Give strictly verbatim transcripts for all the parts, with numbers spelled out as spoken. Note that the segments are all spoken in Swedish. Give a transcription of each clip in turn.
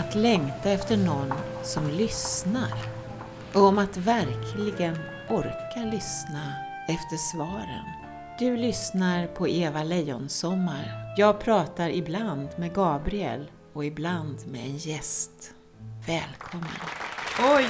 att längta efter någon som lyssnar. Och om att verkligen orka lyssna efter svaren. Du lyssnar på Eva Lejonsommar. Jag pratar ibland med Gabriel och ibland med en gäst. Välkommen. Oj!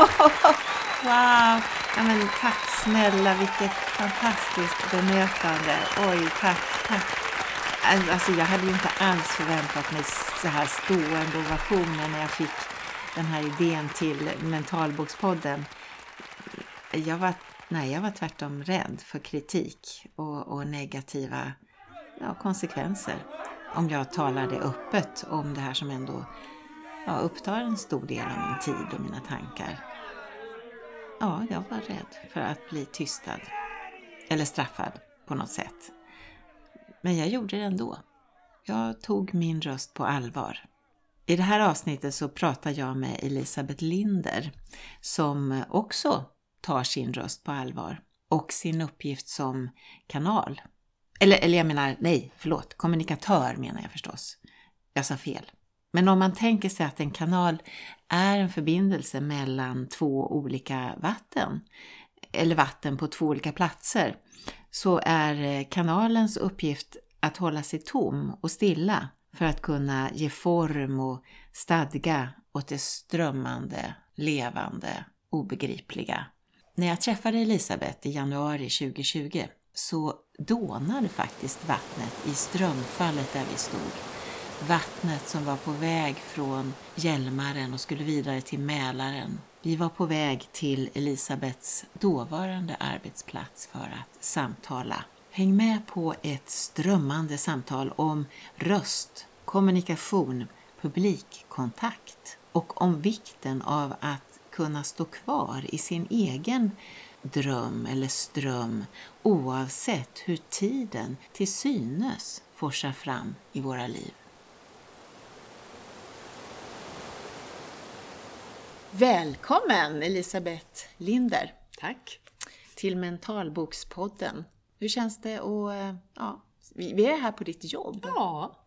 Wow! Ja, men tack snälla, vilket fantastiskt bemötande. Oj, tack, tack. Alltså jag hade ju inte alls förväntat mig så här stående ovationer när jag fick den här idén till Mentalbokspodden. Jag var, nej, jag var tvärtom rädd för kritik och, och negativa ja, konsekvenser. Om jag talade öppet om det här som ändå ja, upptar en stor del av min tid och mina tankar. Ja, jag var rädd för att bli tystad eller straffad på något sätt. Men jag gjorde det ändå. Jag tog min röst på allvar. I det här avsnittet så pratar jag med Elisabeth Linder som också tar sin röst på allvar och sin uppgift som kanal. Eller, eller jag menar, nej, förlåt, kommunikatör menar jag förstås. Jag sa fel. Men om man tänker sig att en kanal är en förbindelse mellan två olika vatten eller vatten på två olika platser så är kanalens uppgift att hålla sig tom och stilla för att kunna ge form och stadga åt det strömmande, levande, obegripliga. När jag träffade Elisabeth i januari tjugohundratjugo så dånade faktiskt vattnet i strömfallet där vi stod. Vattnet som var på väg från Hjälmaren och skulle vidare till Mälaren. Vi var på väg till Elisabeths dåvarande arbetsplats för att samtala. Häng med på ett strömmande samtal om röst, kommunikation, publikkontakt och om vikten av att kunna stå kvar i sin egen dröm eller ström oavsett hur tiden till synes forsar fram i våra liv. Välkommen Elisabeth Linder. Tack. Till Mentalbokspodden. Hur känns det? Och, ja, vi är här på ditt jobb. Ja.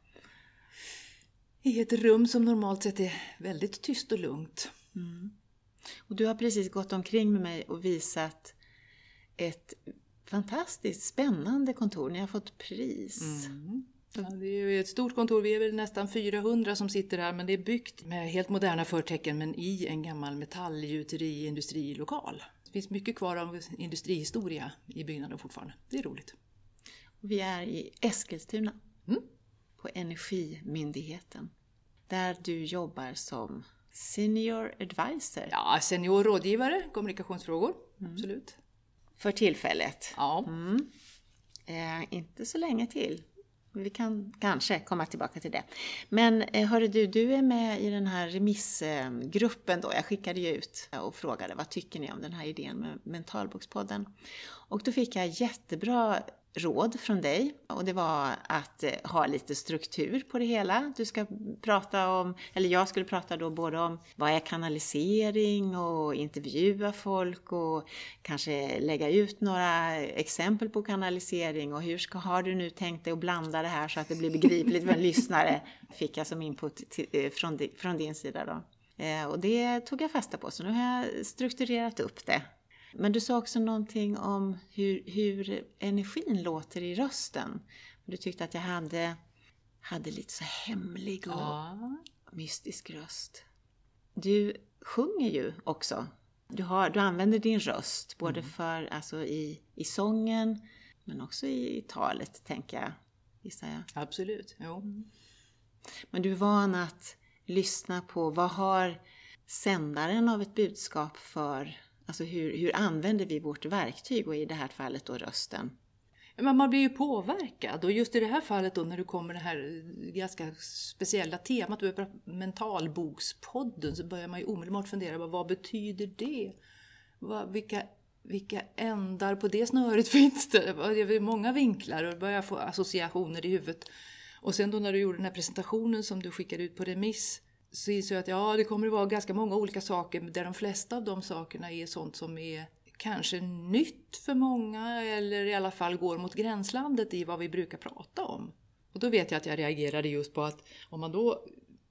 I ett rum som normalt sett är väldigt tyst och lugnt. Mm. Och du har precis gått omkring med mig och visat ett fantastiskt spännande kontor. Ni har fått pris. Mm. Ja, det är ju ett stort kontor, vi är väl nästan fyrahundra som sitter här, men det är byggt med helt moderna förtecken men i en gammal metallgjuteri-industrilokal. Det finns mycket kvar av industrihistoria i byggnaden fortfarande, det är roligt. Vi är i Eskilstuna mm. på Energimyndigheten där du jobbar som senior advisor. Ja, senior rådgivare, kommunikationsfrågor, mm. absolut. För tillfället. Ja. Mm. Eh, inte så länge till. Vi kan kanske komma tillbaka till det. Men hörru du, du är med i den här remissgruppen då. Jag skickade ju ut och frågade vad tycker ni om den här idén med Mentalbokspodden. Och då fick jag jättebra råd från dig. Och det var att ha lite struktur på det hela. Du ska prata om, eller jag skulle prata då både om vad är kanalisering och intervjua folk och kanske lägga ut några exempel på kanalisering och hur ska, har du nu tänkt dig att blanda det här så att det blir begripligt för en lyssnare, fick jag som input till, från, från din sida då. Eh, och det tog jag fasta på, så nu har jag strukturerat upp det. Men du sa också någonting om hur, hur energin låter i rösten. Du tyckte att jag hade, hade lite så hemlig och ja. mystisk röst. Du sjunger ju också. Du, har, du använder din röst både mm. för, alltså i, i sången men också i, i talet, tänker jag. Gissar jag. Absolut, jo. Mm. Men du är van att lyssna på vad har sändaren av ett budskap för... Alltså hur, hur använder vi vårt verktyg och i det här fallet då rösten? Men man blir ju påverkad och just i det här fallet då när du kommer det här ganska speciella temat, du är Mentalbokspodden, så börjar man ju omedelbart fundera på vad betyder det? Vad, vilka, vilka ändar på det snöret finns det? Det är många vinklar och börjar få associationer i huvudet. Och sen då när du gjorde den här presentationen som du skickade ut på remiss, så inser jag att ja, det kommer att vara ganska många olika saker där de flesta av de sakerna är sånt som är kanske nytt för många eller i alla fall går mot gränslandet i vad vi brukar prata om. Och då vet jag att jag reagerade just på att om man då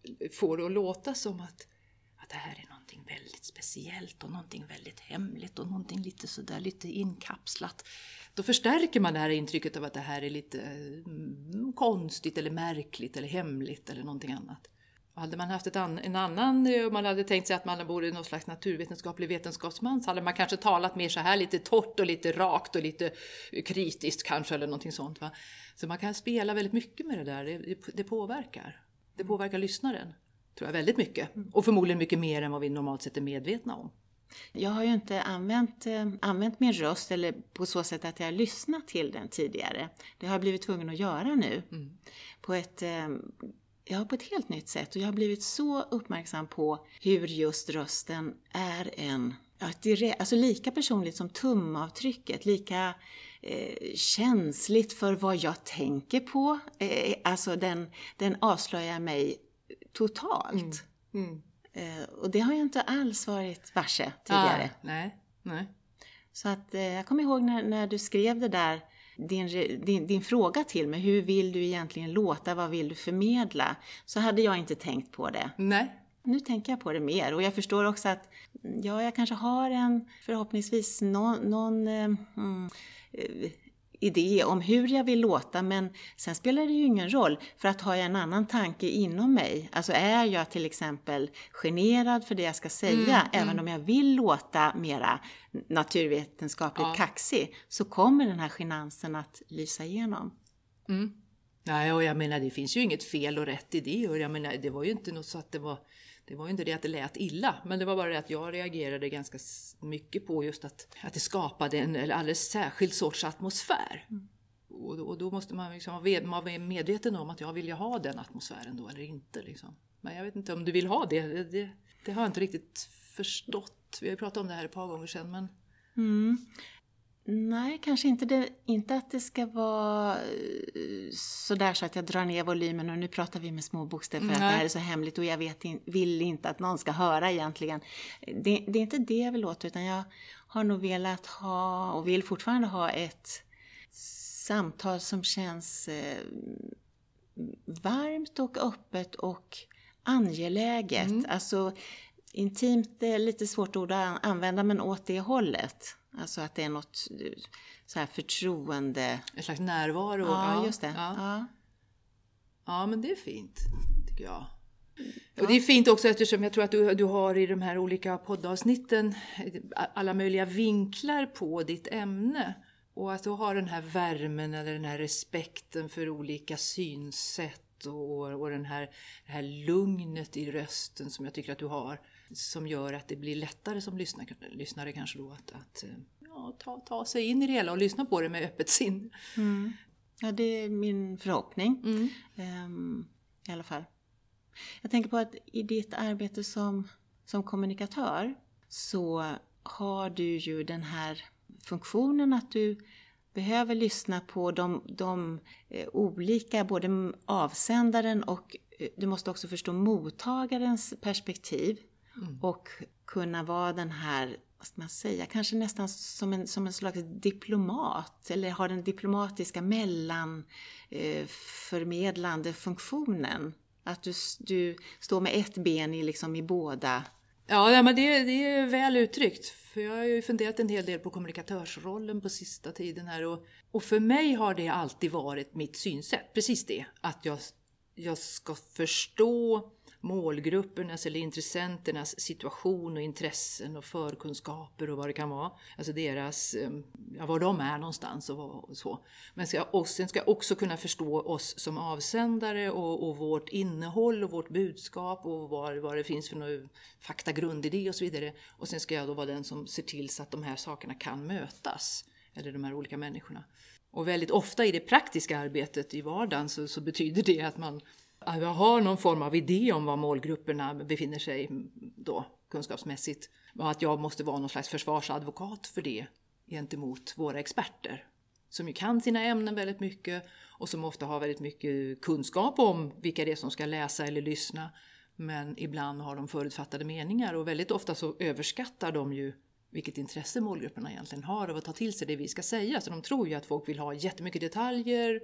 får det att låta som att, att det här är någonting väldigt speciellt och någonting väldigt hemligt och någonting lite sådär lite inkapslat. Då förstärker man det här intrycket av att det här är lite mm, konstigt eller märkligt eller hemligt eller någonting annat. Hade man haft ett an, en annan, om man hade tänkt sig att man vore någon slags naturvetenskaplig vetenskapsman, så hade man kanske talat mer så här lite torrt och lite rakt och lite kritiskt kanske eller någonting sånt. Va? Så man kan spela väldigt mycket med det där, det, det påverkar. Det påverkar lyssnaren, tror jag, väldigt mycket. Och förmodligen mycket mer än vad vi normalt sett är medvetna om. Jag har ju inte använt, eh, använt min röst eller på så sätt att jag har lyssnat till den tidigare. Det har jag blivit tvungen att göra nu. Mm. På ett... Eh, Ja, på ett helt nytt sätt. Och jag har blivit så uppmärksam på hur just rösten är en... Ja, direkt, alltså lika personligt som tumavtrycket. Lika eh, känsligt för vad jag tänker på. Eh, alltså den, den avslöjar mig totalt. Mm. Mm. Eh, och det har jag inte alls varit varse tidigare. Ah, nej, nej. Så att eh, jag kommer ihåg när, när du skrev det där. Din, din, din fråga till mig, hur vill du egentligen låta, vad vill du förmedla? Så hade jag inte tänkt på det. Nej. Nu tänker jag på det mer och jag förstår också att ja, jag kanske har en förhoppningsvis någon, någon eh, eh, idé om hur jag vill låta, men sen spelar det ju ingen roll, för att har jag en annan tanke inom mig, alltså är jag till exempel generad för det jag ska säga, mm, även mm. om jag vill låta mera naturvetenskapligt ja. kaxig, så kommer den här genansen att lysa igenom. Mm. Nej, och jag menar, det finns ju inget fel och rätt i det, och jag menar, det var ju inte något så att det var Det var ju inte det att det lät illa, men det var bara det att jag reagerade ganska mycket på just att, att det skapade en alldeles särskild sorts atmosfär. Mm. Och, och då måste man liksom vara medveten om att jag vill ju ha den atmosfären då eller inte. Liksom. Men jag vet inte om du vill ha det, det, det, det har jag inte riktigt förstått. Vi har ju pratat om det här ett par gånger sedan, men... Mm. Nej, kanske inte, det, inte att det ska vara så där så att jag drar ner volymen och nu pratar vi med små bokstäver för mm, att det här är så hemligt och jag vet in, vill inte att någon ska höra egentligen. Det, det är inte det jag vill låta, utan jag har nog velat ha och vill fortfarande ha ett samtal som känns eh, varmt och öppet och angeläget. Mm. Alltså intimt är lite svårt ord att använda, men åt det hållet. Alltså att det är något så här förtroende. En slags närvaro. Ja, ja just det. Ja. Ja. ja, men det är fint, tycker jag. Ja. Och det är fint också eftersom jag tror att du, du har i de här olika poddavsnitten alla möjliga vinklar på ditt ämne. Och att du har den här värmen eller den här respekten för olika synsätt och, och den här, det här lugnet i rösten som jag tycker att du har. Som gör att det blir lättare som lyssnare, lyssnare kanske då att, att ja, ta, ta sig in i det hela och lyssna på det med öppet sinne. Mm. Ja, det är min förhoppning. Mm. Um, i alla fall. Jag tänker på att i ditt arbete som, som kommunikatör så har du ju den här funktionen att du behöver lyssna på de, de eh, olika, både avsändaren och eh, du måste också förstå mottagarens perspektiv. Mm. Och kunna vara den här, vad ska man säga, kanske nästan som en, som en slags diplomat. Eller ha den diplomatiska mellan eh, förmedlande funktionen. Att du, du står med ett ben i, liksom, i båda. Ja, men det, det är väl uttryckt. För jag har ju funderat en hel del på kommunikatörsrollen på sista tiden här. Och, och för mig har det alltid varit mitt synsätt. Precis det. Att jag, jag ska förstå målgruppernas eller intressenternas situation och intressen och förkunskaper och vad det kan vara. Alltså deras, ja, var de är någonstans och, och så. Men ska, och sen ska jag också kunna förstå oss som avsändare och, och vårt innehåll och vårt budskap och vad, vad det finns för någon faktagrund i det och så vidare. Och sen ska jag då vara den som ser till så att de här sakerna kan mötas. Eller de här olika människorna. Och väldigt ofta i det praktiska arbetet i vardagen så, så betyder det att man jag har någon form av idé om var målgrupperna befinner sig då, kunskapsmässigt. Och att jag måste vara någon slags försvarsadvokat för det gentemot våra experter. Som ju kan sina ämnen väldigt mycket och som ofta har väldigt mycket kunskap om vilka det är som ska läsa eller lyssna. Men ibland har de förutfattade meningar och väldigt ofta så överskattar de ju vilket intresse målgrupperna egentligen har av att ta till sig det vi ska säga. Så de tror ju att folk vill ha jättemycket detaljer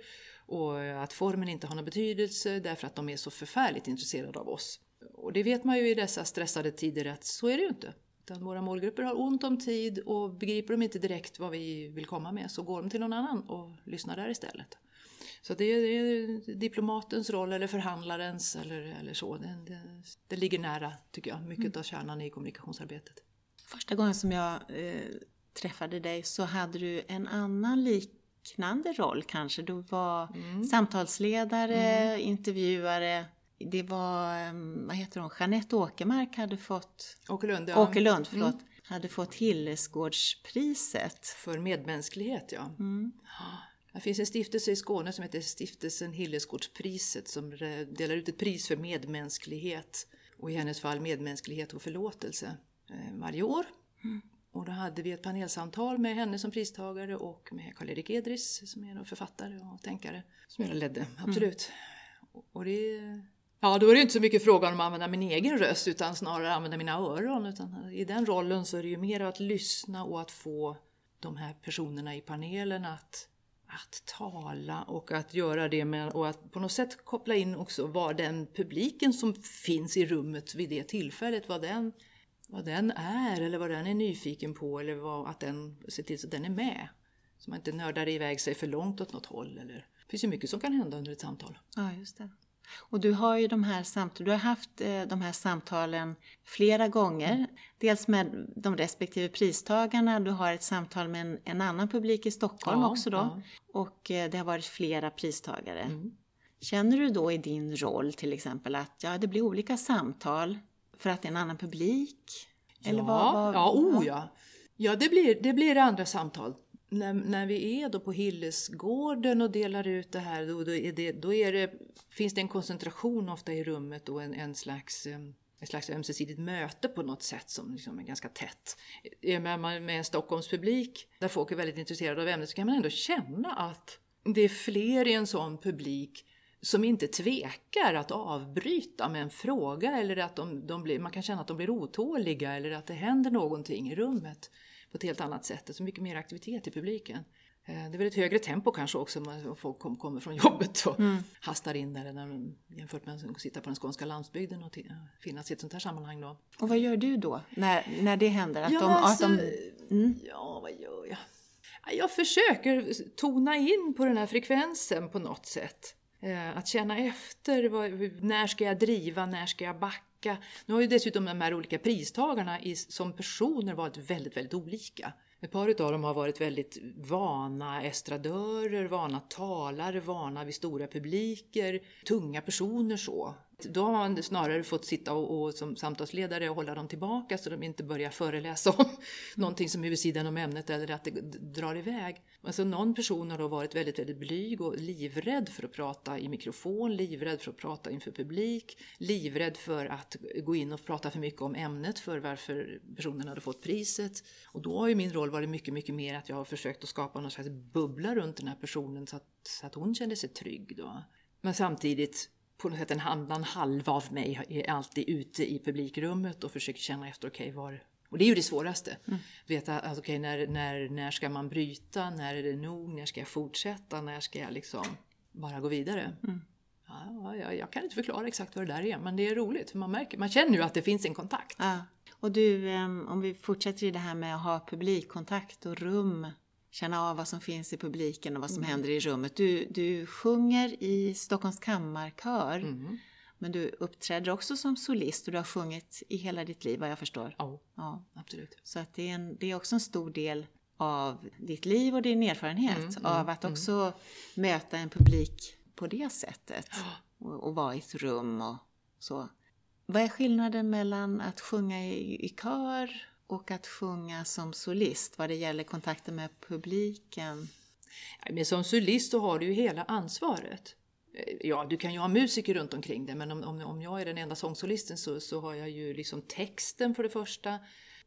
Och att formen inte har någon betydelse därför att de är så förfärligt intresserade av oss. Och det vet man ju i dessa stressade tider att så är det ju inte. Utan våra målgrupper har ont om tid och begriper de inte direkt vad vi vill komma med så går de till någon annan och lyssnar där istället. Så det är, det är diplomatens roll eller förhandlarens eller, eller så. Det, det, det ligger nära tycker jag, mycket mm. av kärnan i kommunikationsarbetet. Första gången som jag eh, träffade dig så hade du en annan liknande roll kanske. Du var mm. samtalsledare, mm. intervjuare. Det var, vad heter hon, Jeanette Åkermark hade fått... Åkerlund, ja. Åkerlund, förlåt. Mm. Hade fått Hillesgårdspriset. För medmänsklighet, ja. Mm. Det finns en stiftelse i Skåne som heter Stiftelsen Hillesgårdspriset som delar ut ett pris för medmänsklighet. Och i hennes fall medmänsklighet och förlåtelse varje år. Mm. Och då hade vi ett panelsamtal med henne som pristagare och med Karl-Erik Edris som är författare och tänkare som jag ledde, absolut. Mm. Och det... Ja, då är det inte så mycket frågan om att använda min egen röst utan snarare använda mina öron. Utan i den rollen så är det ju mer att lyssna och att få de här personerna i panelen att, att tala och att göra det med, och att på något sätt koppla in också vad den publiken som finns i rummet vid det tillfället, vad den, vad den är eller vad den är nyfiken på eller vad, att den ser till så att den är med. Så man inte nördar iväg sig för långt åt något håll. Eller, det finns ju mycket som kan hända under ett samtal. Ja, just det. Och du har ju de här samtal, du har haft eh, de här samtalen flera gånger. Mm. Dels med de respektive pristagarna. Du har ett samtal med en, en annan publik i Stockholm ja, också då. Ja. Och eh, det har varit flera pristagare. Mm. Känner du då i din roll till exempel att ja, det blir olika samtal för att det är en annan publik? Eller ja, vad, vad, ja, oh ja. Ja, det blir, det blir andra samtal. När, när vi är då på Hillesgården och delar ut det här, då, då, är det, då är det, finns det en koncentration ofta i rummet och en, en slags, ett slags ömsesidigt möte på något sätt som liksom är ganska tätt. Med, med en Stockholmspublik där folk är väldigt intresserade av ämnet så kan man ändå känna att det är fler i en sån publik som inte tvekar att avbryta med en fråga eller att de, de blir, man kan känna att de blir otåliga eller att det händer någonting i rummet på ett helt annat sätt. Det är så mycket mer aktivitet i publiken. Det är väl ett högre tempo kanske också när folk kommer från jobbet och mm. hastar in där när, jämfört med att sitta på den skånska landsbygden och t- finnas i ett sånt här sammanhang då. Och vad gör du då när, när det händer? Att ja, de, alltså, att de, mm. ja, vad gör jag? Jag försöker tona in på den här frekvensen på något sätt. Att känna efter, vad, när ska jag driva, när ska jag backa. Nu har ju dessutom de här olika pristagarna i, som personer varit väldigt, väldigt olika. Ett par av dem har varit väldigt vana estradörer, vana talare, vana vid stora publiker, tunga personer så. Då har man snarare fått sitta och, och som samtalsledare och hålla dem tillbaka så de inte börjar föreläsa om någonting som är vid sidan om ämnet eller att det drar iväg. Alltså någon person har då varit väldigt, väldigt blyg och livrädd för att prata i mikrofon, livrädd för att prata inför publik, livrädd för att gå in och prata för mycket om ämnet för varför personen hade fått priset. Och då har ju min roll varit mycket, mycket mer att jag har försökt att skapa någon slags bubbla runt den här personen så att, så att hon kände sig trygg då. Men samtidigt på något sätt en annan halva av mig är alltid ute i publikrummet och försöker känna efter okej okay, var... Och det är ju det svåraste. Mm. Veta att okej, okay, när, när, när ska man bryta? När är det nog? När ska jag fortsätta? När ska jag liksom bara gå vidare? Mm. Ja, jag, jag kan inte förklara exakt vad det där är. Men det är roligt. För man märker, man känner ju att det finns en kontakt. Ja. Och du, om vi fortsätter i det här med att ha publikkontakt och rum. Känna av vad som finns i publiken och vad som mm. händer i rummet. Du, du sjunger i Stockholms kammarkör. Mm. Men du uppträder också som solist och du har sjungit i hela ditt liv vad jag förstår. Ja, ja. Absolut. Så att det, är en, det är också en stor del av ditt liv och din erfarenhet. Mm, av mm, att också mm. möta en publik på det sättet. Och, och vara i ett rum och så. Vad är skillnaden mellan att sjunga i, i kör och att sjunga som solist vad det gäller kontakten med publiken? Men som solist så har du ju hela ansvaret. Ja, du kan ju ha musiker runt omkring det, men om, om, om jag är den enda sångsolisten så, så har jag ju liksom texten för det första.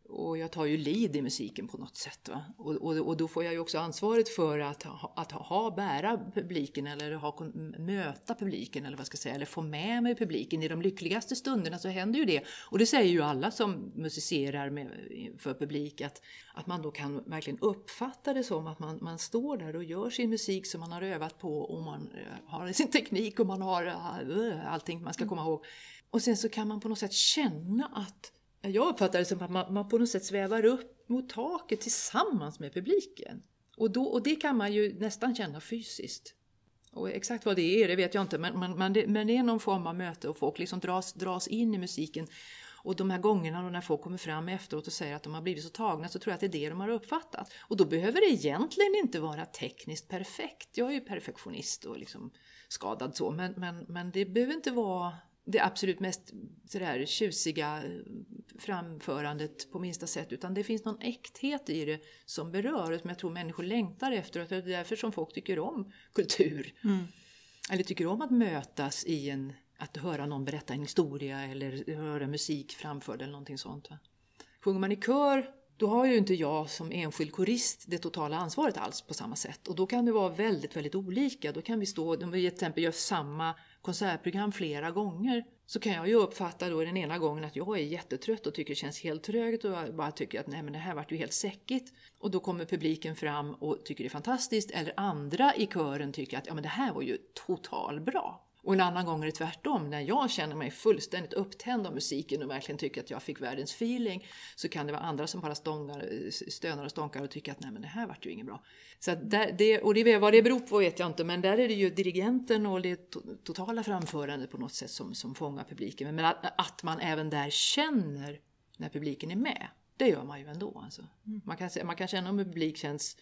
Och jag tar ju lead i musiken på något sätt. Va? Och, och, och då får jag ju också ansvaret för att, ha, att ha, bära publiken eller ha, möta publiken eller vad ska jag säga. Eller få med mig publiken. I de lyckligaste stunderna så händer ju det. Och det säger ju alla som musicerar med, för publik. Att, att man då kan verkligen uppfatta det som att man, man står där och gör sin musik som man har övat på. Och man har sin teknik och man har uh, allting man ska komma ihåg. Och sen så kan man på något sätt känna att jag uppfattar det som att man, man på något sätt svävar upp mot taket tillsammans med publiken. Och, då, och det kan man ju nästan känna fysiskt. Och exakt vad det är, det vet jag inte. Men, men, men, det, men det är någon form av möte och folk liksom dras, dras in i musiken. Och de här gångerna när folk kommer fram efteråt och säger att de har blivit så tagna så tror jag att det är det de har uppfattat. Och då behöver det egentligen inte vara tekniskt perfekt. Jag är ju perfektionist och liksom skadad så. Men, men, men det behöver inte vara det absolut mest sådär tjusiga framförandet på minsta sätt. Utan det finns någon äkthet i det som berör. Som jag tror människor längtar efter. Och det är därför som folk tycker om kultur. Mm. Eller tycker om att mötas i en... Att höra någon berätta en historia eller höra musik framförd eller någonting sånt. Va? Sjunger man i kör, då har ju inte jag som enskild korist det totala ansvaret alls på samma sätt. Och då kan det vara väldigt, väldigt olika. Då kan vi stå, om vi till exempel gör samma konsertprogram flera gånger. Så kan jag ju uppfatta då den ena gången att jag är jättetrött och tycker det känns helt trögt. Och jag bara tycker att nej men det här vart ju helt säckigt. Och då kommer publiken fram och tycker det är fantastiskt. Eller andra i kören tycker att ja men det här var ju total bra. Och en annan gång är det tvärtom. När jag känner mig fullständigt upptänd av musiken och verkligen tycker att jag fick världens feeling. Så kan det vara andra som bara stångar, stönar och stånkar och tycker att nej men det här vart ju inget bra. Så att där, det, och det, vad det beror på vet jag inte. Men där är det ju dirigenten och det totala framförandet på något sätt som, som fångar publiken. Men att, att man även där känner när publiken är med. Det gör man ju ändå. Alltså. Man, kan, man kan känna om publik känns...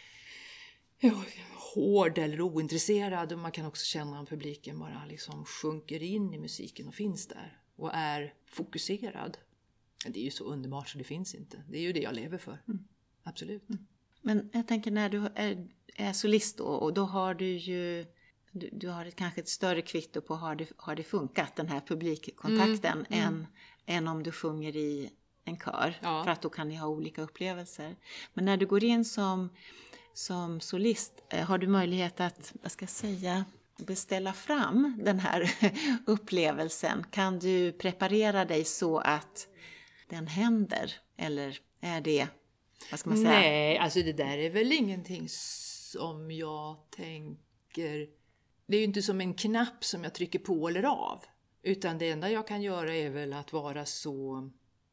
Ja, hård eller ointresserad och man kan också känna att publiken bara liksom sjunker in i musiken och finns där och är fokuserad. Det är ju så underbart så det finns inte. Det är ju det jag lever för. Mm. Absolut. Mm. Men jag tänker när du är, är solist då, och då har du ju du, du har ett, kanske ett större kvitto på har det, har det funkat den här publikkontakten mm. Mm. Än, än om du sjunger i en kör. Ja. För att då kan ni ha olika upplevelser. Men när du går in som Som solist har du möjlighet att, vad ska jag säga, beställa fram den här upplevelsen. Kan du preparera dig så att den händer? Eller är det, vad ska man säga? Nej, alltså det där är väl ingenting som jag tänker... Det är ju inte som en knapp som jag trycker på eller av. Utan det enda jag kan göra är väl att vara så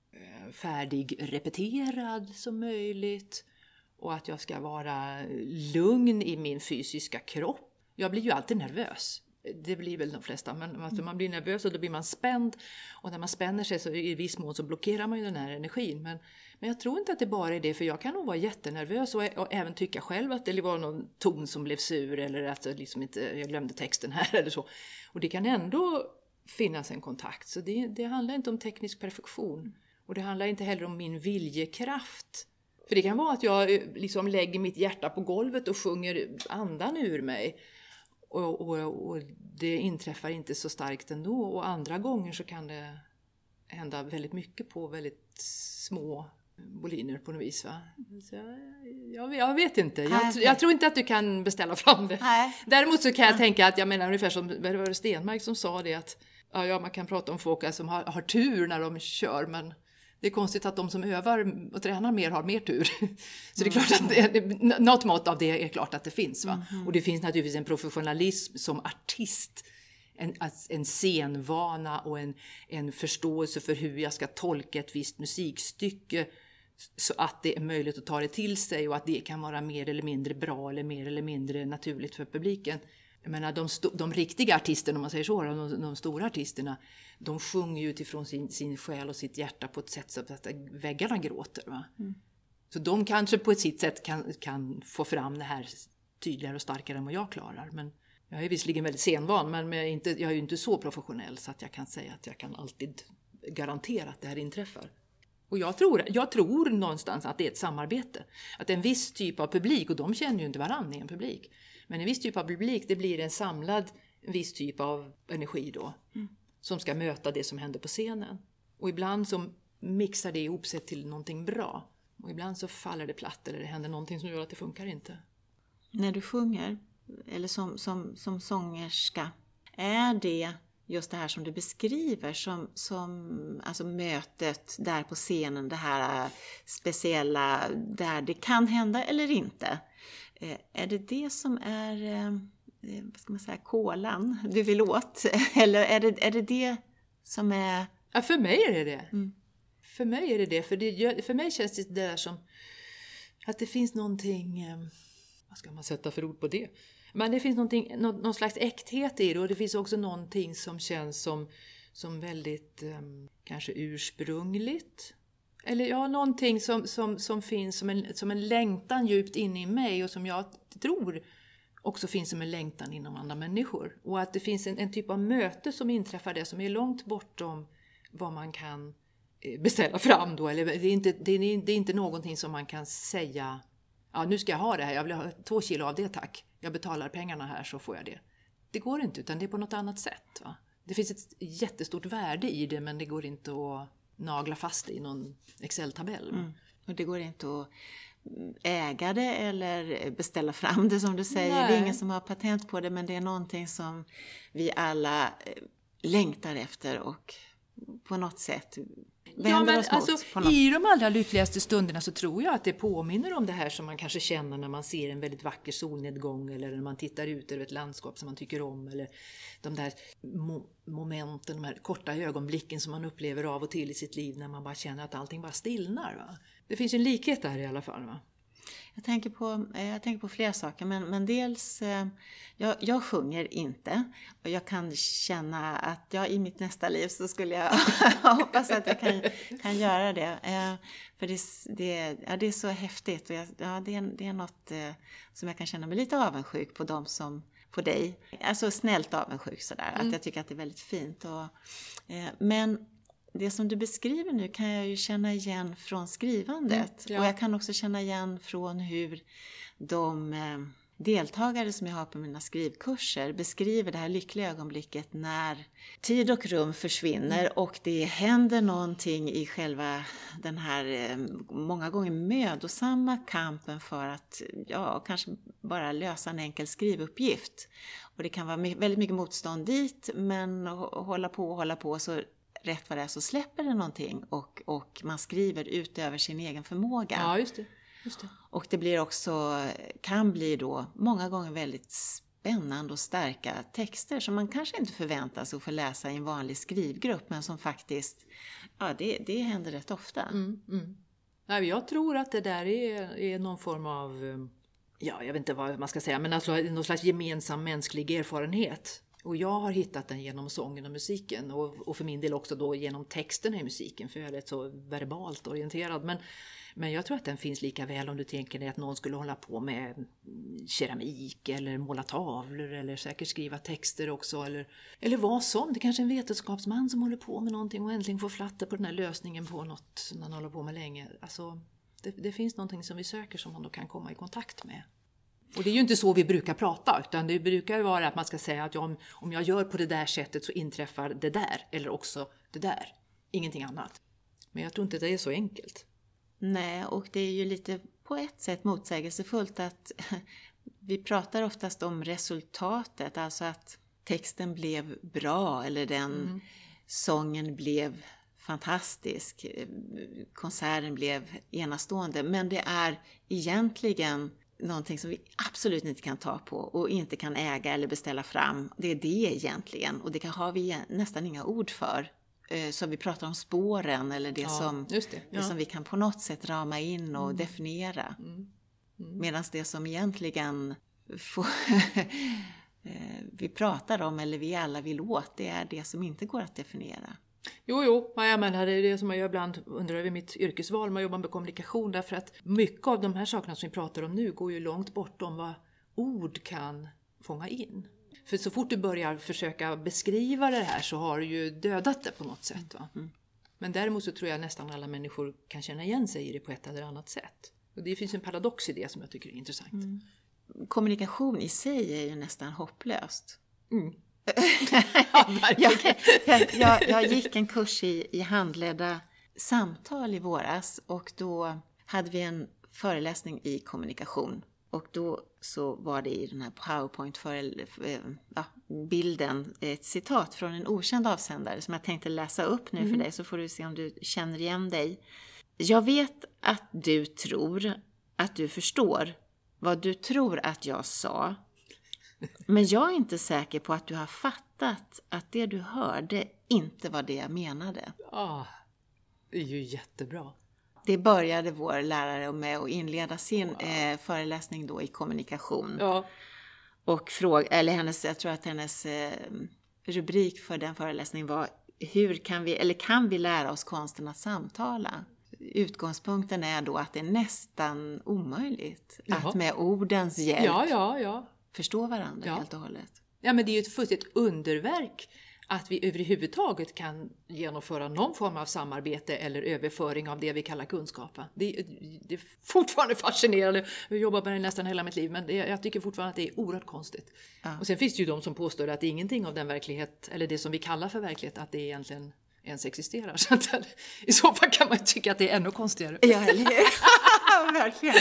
färdig repeterad som möjligt. Och att jag ska vara lugn i min fysiska kropp. Jag blir ju alltid nervös. Det blir väl de flesta. Men alltså man blir nervös och då blir man spänd. Och när man spänner sig så i viss mån så blockerar man ju den här energin. Men, men jag tror inte att det bara är det. För jag kan nog vara jättenervös. Och, och även tycka själv att det var någon ton som blev sur. Eller att jag, liksom inte, jag glömde texten här eller så. Och det kan ändå finnas en kontakt. Så det, det handlar inte om teknisk perfektion. Och det handlar inte heller om min viljekraft. För det kan vara att jag liksom lägger mitt hjärta på golvet och sjunger andan ur mig. Och, och, och det inträffar inte så starkt ändå. Och andra gånger så kan det hända väldigt mycket på väldigt små voliner på något vis. Va? Så jag, jag, jag vet inte. Jag, jag tror inte att du kan beställa fram det. Nej. Däremot så kan jag tänka att jag menar ungefär som det var Stenmark som sa det. Att ja, man kan prata om folk som har, har tur när de kör men... Det är konstigt att de som övar och tränar mer har mer tur. Så det är klart att det, något mått av det är klart att det finns. Va? Mm. Och det finns naturligtvis en professionalism som artist. En, en scenvana och en, en förståelse för hur jag ska tolka ett visst musikstycke. Så att det är möjligt att ta det till sig och att det kan vara mer eller mindre bra eller mer eller mindre naturligt för publiken. Jag menar, de, sto- de riktiga artisterna, om man säger så, de, de stora artisterna, de sjunger ju utifrån sin, sin själ och sitt hjärta på ett sätt så att väggarna gråter. Va? Mm. Så de kanske på ett sitt sätt kan, kan få fram det här tydligare och starkare än vad jag klarar. Men jag är visserligen väldigt senvan, men jag är, inte, jag är ju inte så professionell så att jag kan säga att jag kan alltid garantera att det här inträffar. Och jag tror, jag tror någonstans att det är ett samarbete. Att en viss typ av publik, och de känner ju inte varann i en publik. Men en viss typ av publik, det blir en samlad en viss typ av energi då. Mm. Som ska möta det som händer på scenen. Och ibland så mixar det ihop sig till någonting bra. Och ibland så faller det platt eller det händer någonting som gör att det funkar inte. När du sjunger, eller som, som, som sångerska, är det just det här som du beskriver som, som alltså mötet där på scenen, det här speciella där det kan hända eller inte. Eh, är det det som är, eh, vad ska man säga, kolan du vill åt? Eller är det, är det det som är... Ja, för mig är det det. Mm. För mig är det det. För, det, för mig känns det där som att det finns någonting, eh, vad ska man sätta för ord på det? Men det finns någonting, någon, någon slags äkthet i det, och det finns också någonting som känns som, som väldigt eh, kanske ursprungligt. Eller ja, någonting som, som, som finns som en, som en längtan djupt inne i mig, och som jag tror också finns som en längtan inom andra människor. Och att det finns en, en typ av möte som inträffar där som är långt bortom vad man kan beställa fram då. Eller det är inte, det är, det är inte någonting som man kan säga, ja nu ska jag ha det här, jag vill ha två kilo av det tack. Jag betalar pengarna här så får jag det. Det går inte, utan det är på något annat sätt. Va? Det finns ett jättestort värde i det, men det går inte att nagla fast i någon Excel-tabell. Mm. Och det går inte att äga det eller beställa fram det som du säger. Nej. Det är ingen som har patent på det, men det är någonting som vi alla längtar efter och på något sätt ja, men alltså, i de allra lyckligaste stunderna så tror jag att det påminner om det här som man kanske känner när man ser en väldigt vacker solnedgång, eller när man tittar ut över ett landskap som man tycker om, eller de där mo- momenten, de här korta ögonblicken som man upplever av och till i sitt liv när man bara känner att allting bara stillnar. Va? Det finns ju en likhet där i alla fall, va? Jag tänker på, jag tänker på flera saker, men, men dels, jag, jag sjunger inte, och jag kan känna att jag i mitt nästa liv så skulle jag hoppas att jag kan, kan göra det. För det, det, ja, det är så häftigt, och jag, ja, det, är, det är något som jag kan känna mig lite avundsjuk på dem som, på dig. Alltså snällt avundsjuk sådär, mm. att jag tycker att det är väldigt fint. Och, men det som du beskriver nu kan jag ju känna igen från skrivandet. Mm, ja. Och jag kan också känna igen från hur de eh, deltagare som jag har på mina skrivkurser beskriver det här lyckliga ögonblicket när tid och rum försvinner mm. och det händer någonting i själva den här eh, många gånger mödosamma kampen för att ja, kanske bara lösa en enkel skrivuppgift. Och det kan vara väldigt mycket motstånd dit, men hålla på och hålla på så rätt vad det är så släpper det någonting och, och man skriver ut över sin egen förmåga. Ja, just det. Just det. Och det blir också, kan bli då många gånger väldigt spännande och starka texter som man kanske inte förväntar sig att få läsa i en vanlig skrivgrupp, men som faktiskt, ja det, det händer rätt ofta. Mm, mm. Nej, jag tror att det där är, är någon form av, ja jag vet inte vad man ska säga, men alltså någon slags gemensam mänsklig erfarenhet. Och jag har hittat den genom sången och musiken, och, och för min del också då genom texten i musiken, för jag är rätt så verbalt orienterad. Men, men jag tror att den finns lika väl om du tänker dig att någon skulle hålla på med keramik eller måla tavlor eller säkert skriva texter också. Eller, eller vad som, det är kanske är en vetenskapsman som håller på med någonting och äntligen får flatta på den här lösningen på något som han håller på med länge. Alltså, det, det finns någonting som vi söker som man då kan komma i kontakt med. Och det är ju inte så vi brukar prata, utan det brukar vara att man ska säga att jag, om, om jag gör på det där sättet så inträffar det där, eller också det där. Ingenting annat. Men jag tror inte det är så enkelt. Nej, och det är ju lite på ett sätt motsägelsefullt att vi pratar oftast om resultatet, alltså att texten blev bra eller den mm. sången blev fantastisk, konserten blev enastående, men det är egentligen någonting som vi absolut inte kan ta på och inte kan äga eller beställa fram. Det är det egentligen, och det kan, har vi nästan inga ord för. Så vi pratar om spåren eller det, ja, som, just det. Ja. det som vi kan på något sätt rama in och mm. definiera. Mm. Mm. Medan det som egentligen får vi pratar om eller vi alla vill åt, det är det som inte går att definiera. Jo, jo, jag menar, det är det som jag ibland undrar över mitt yrkesval. Man jobbar med kommunikation, därför att mycket av de här sakerna som vi pratar om nu går ju långt bortom vad ord kan fånga in. För så fort du börjar försöka beskriva det här så har du ju dödat det på något sätt. Va? Mm. Men däremot så tror jag nästan alla människor kan känna igen sig i det på ett eller annat sätt. Och det finns en paradox i det som jag tycker är intressant. Mm. Kommunikation i sig är ju nästan hopplöst. Mm. jag, jag, jag, jag gick en kurs i, i handledda samtal i våras och då hade vi en föreläsning i kommunikation. Och då så var det i den här PowerPoint för, ja, bilden ett citat från en okänd avsändare som jag tänkte läsa upp nu mm. för dig, så får du se om du känner igen dig. Jag vet att du tror att du förstår vad du tror att jag sa. Men jag är inte säker på att du har fattat att det du hörde inte var det jag menade. Ah, det är ju jättebra. Det började vår lärare med att inleda sin wow. eh, föreläsning då i kommunikation. Ja. Och fråga, eller hennes, jag tror att hennes eh, rubrik för den föreläsningen var hur kan vi, eller kan vi lära oss konsten att samtala? Utgångspunkten är då att det är nästan omöjligt Jaha. att med ordens hjälp ja, ja, ja. förstå varandra ja. helt och hållet. Ja, men det är ju ett fullständigt underverk att vi överhuvudtaget kan genomföra någon form av samarbete eller överföring av det vi kallar kunskapen. Det, det är fortfarande fascinerande. Jag jobbar med det nästan hela mitt liv, men det, jag tycker fortfarande att det är oerhört konstigt. Ja. Och sen finns det ju de som påstår att ingenting av den verklighet, eller det som vi kallar för verklighet, att det egentligen ens existerar. Så att, i så fall kan man tycka att det är ännu konstigare. Ja, eller verkligen.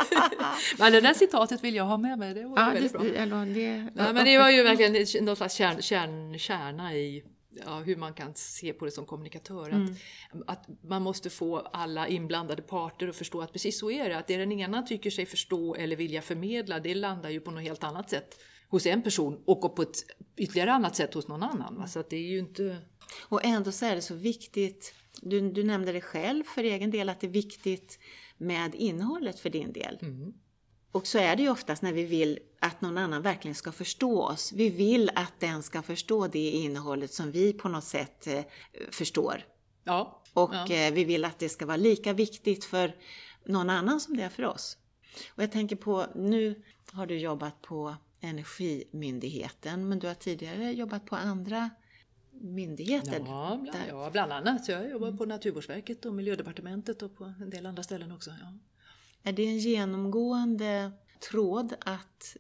Men det där citatet vill jag ha med mig. Det var ja, väldigt det, bra. Eller det, ja, men det var ju verkligen någon slags kärn, kärn, kärna i ja, hur man kan se på det som kommunikatör. Mm. Att, att man måste få alla inblandade parter att förstå att precis så är det. Att det den ena tycker sig förstå eller vilja förmedla, det landar ju på något helt annat sätt hos en person och på ett ytterligare annat sätt hos någon annan. Mm. Så att det är ju inte... Och ändå så är det så viktigt, du, du nämnde det själv för egen del, att det är viktigt med innehållet för din del. Mm. Och så är det ju oftast när vi vill att någon annan verkligen ska förstå oss. Vi vill att den ska förstå det innehållet som vi på något sätt eh, förstår. Ja. Och ja. Eh, vi vill att det ska vara lika viktigt för någon annan som det är för oss. Och jag tänker på, nu har du jobbat på Energimyndigheten, men du har tidigare jobbat på andra myndigheter. Ja, bland, ja, bland annat. Jag jobbar på Naturvårdsverket och Miljödepartementet och på en del andra ställen också. Ja. Är det en genomgående tråd att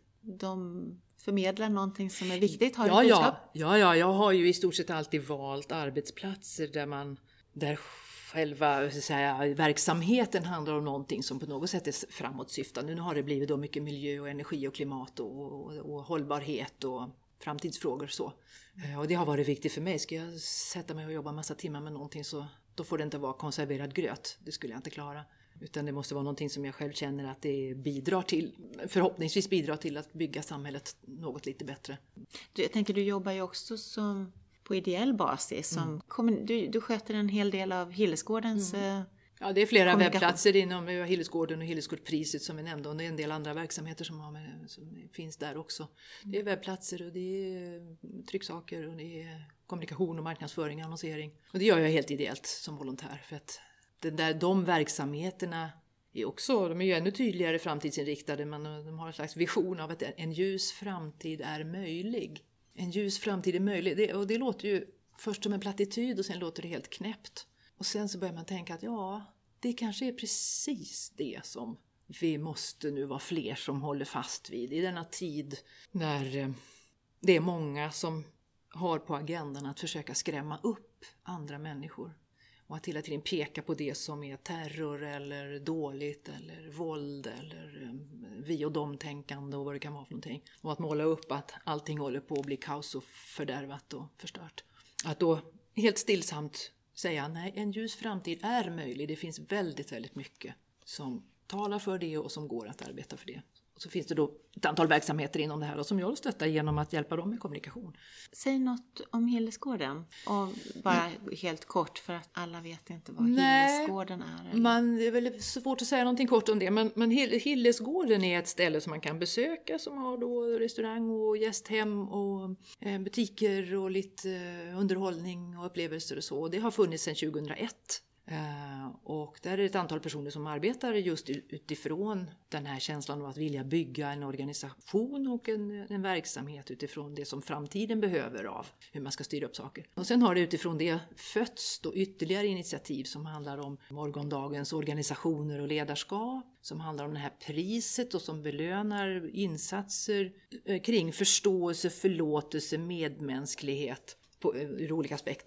de förmedlar någonting som är viktigt? Har ja, ja, ja, ja, jag har ju i stort sett alltid valt arbetsplatser där man där själva så att säga, verksamheten handlar om någonting som på något sätt är framåtsyftande. Nu har det blivit då mycket miljö och energi och klimat och, och, och hållbarhet och framtidsfrågor så. Och det har varit viktigt för mig. Ska jag sätta mig och jobba massa timmar med någonting så då får det inte vara konserverad gröt. Det skulle jag inte klara. Utan det måste vara någonting som jag själv känner att det bidrar till, förhoppningsvis bidrar till att bygga samhället något lite bättre. Du, jag tänker du jobbar ju också som på ideell basis. Som mm. du, du sköter en hel del av Hillesgårdens mm. Ja, det är flera webbplatser inom Hillesgården och Hillesgårdspriset som vi nämnde. Och det är en del andra verksamheter som, har med, som finns där också. Det är webbplatser och det är trycksaker och det är kommunikation och marknadsföring och annonsering. Och det gör jag helt ideellt som volontär. För att den där, de verksamheterna är också, de är ju ännu tydligare framtidsinriktade. Men de har en slags vision av att en ljus framtid är möjlig. En ljus framtid är möjlig. Det, och det låter ju först som en plattityd och sen låter det helt knäppt. Och sen så börjar man tänka att ja, det kanske är precis det som vi måste nu vara fler som håller fast vid. I denna tid när det är många som har på agendan att försöka skrämma upp andra människor. Och att hela tiden peka på det som är terror eller dåligt eller våld eller vi och dom-tänkande och vad det kan vara för någonting. Och att måla upp att allting håller på att bli kaos och fördärvat och förstört. Att då helt stillsamt säga nej, en ljus framtid är möjlig. Det finns väldigt, väldigt mycket som talar för det och som går att arbeta för det. Och så finns det då ett antal verksamheter inom det här och som jag stöttar genom att hjälpa dem med kommunikation. Säg något om Hillesgården. Och bara mm. helt kort för att alla vet inte vad Nej, Hillesgården är. Eller? Man, det är väldigt svårt att säga någonting kort om det. Men, men Hillesgården är ett ställe som man kan besöka som har då restaurang och gästhem och eh, butiker och lite eh, underhållning och upplevelser och så. Och det har funnits sedan tjugohundraett. Uh, och där är det ett antal personer som arbetar just utifrån den här känslan av att vilja bygga en organisation och en, en verksamhet utifrån det som framtiden behöver av hur man ska styra upp saker. Och sen har det utifrån det fötts då ytterligare initiativ som handlar om morgondagens organisationer och ledarskap, som handlar om det här priset och som belönar insatser kring förståelse, förlåtelse, medmänsklighet på, ur olika aspekter.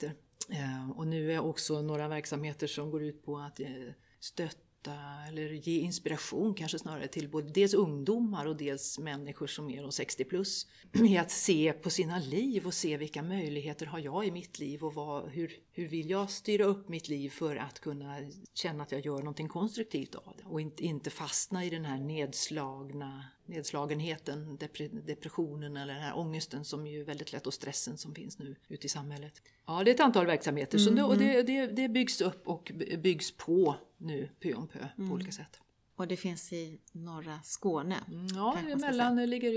Och nu är också några verksamheter som går ut på att stötta eller ge inspiration kanske snarare till både dels ungdomar och dels människor som är sextio plus. I att se på sina liv och se vilka möjligheter har jag i mitt liv och vad, hur, hur vill jag styra upp mitt liv för att kunna känna att jag gör någonting konstruktivt av det. Och inte, inte fastna i den här nedslagna, nedslagenheten, depressionen eller den här ångesten som ju är väldigt lätt och stressen som finns nu ute i samhället. Ja, det är ett antal verksamheter mm, så det, och det, det, det byggs upp och byggs på nu pö om pö på mm. olika sätt. Och det finns i norra Skåne? Ja, emellan det ligger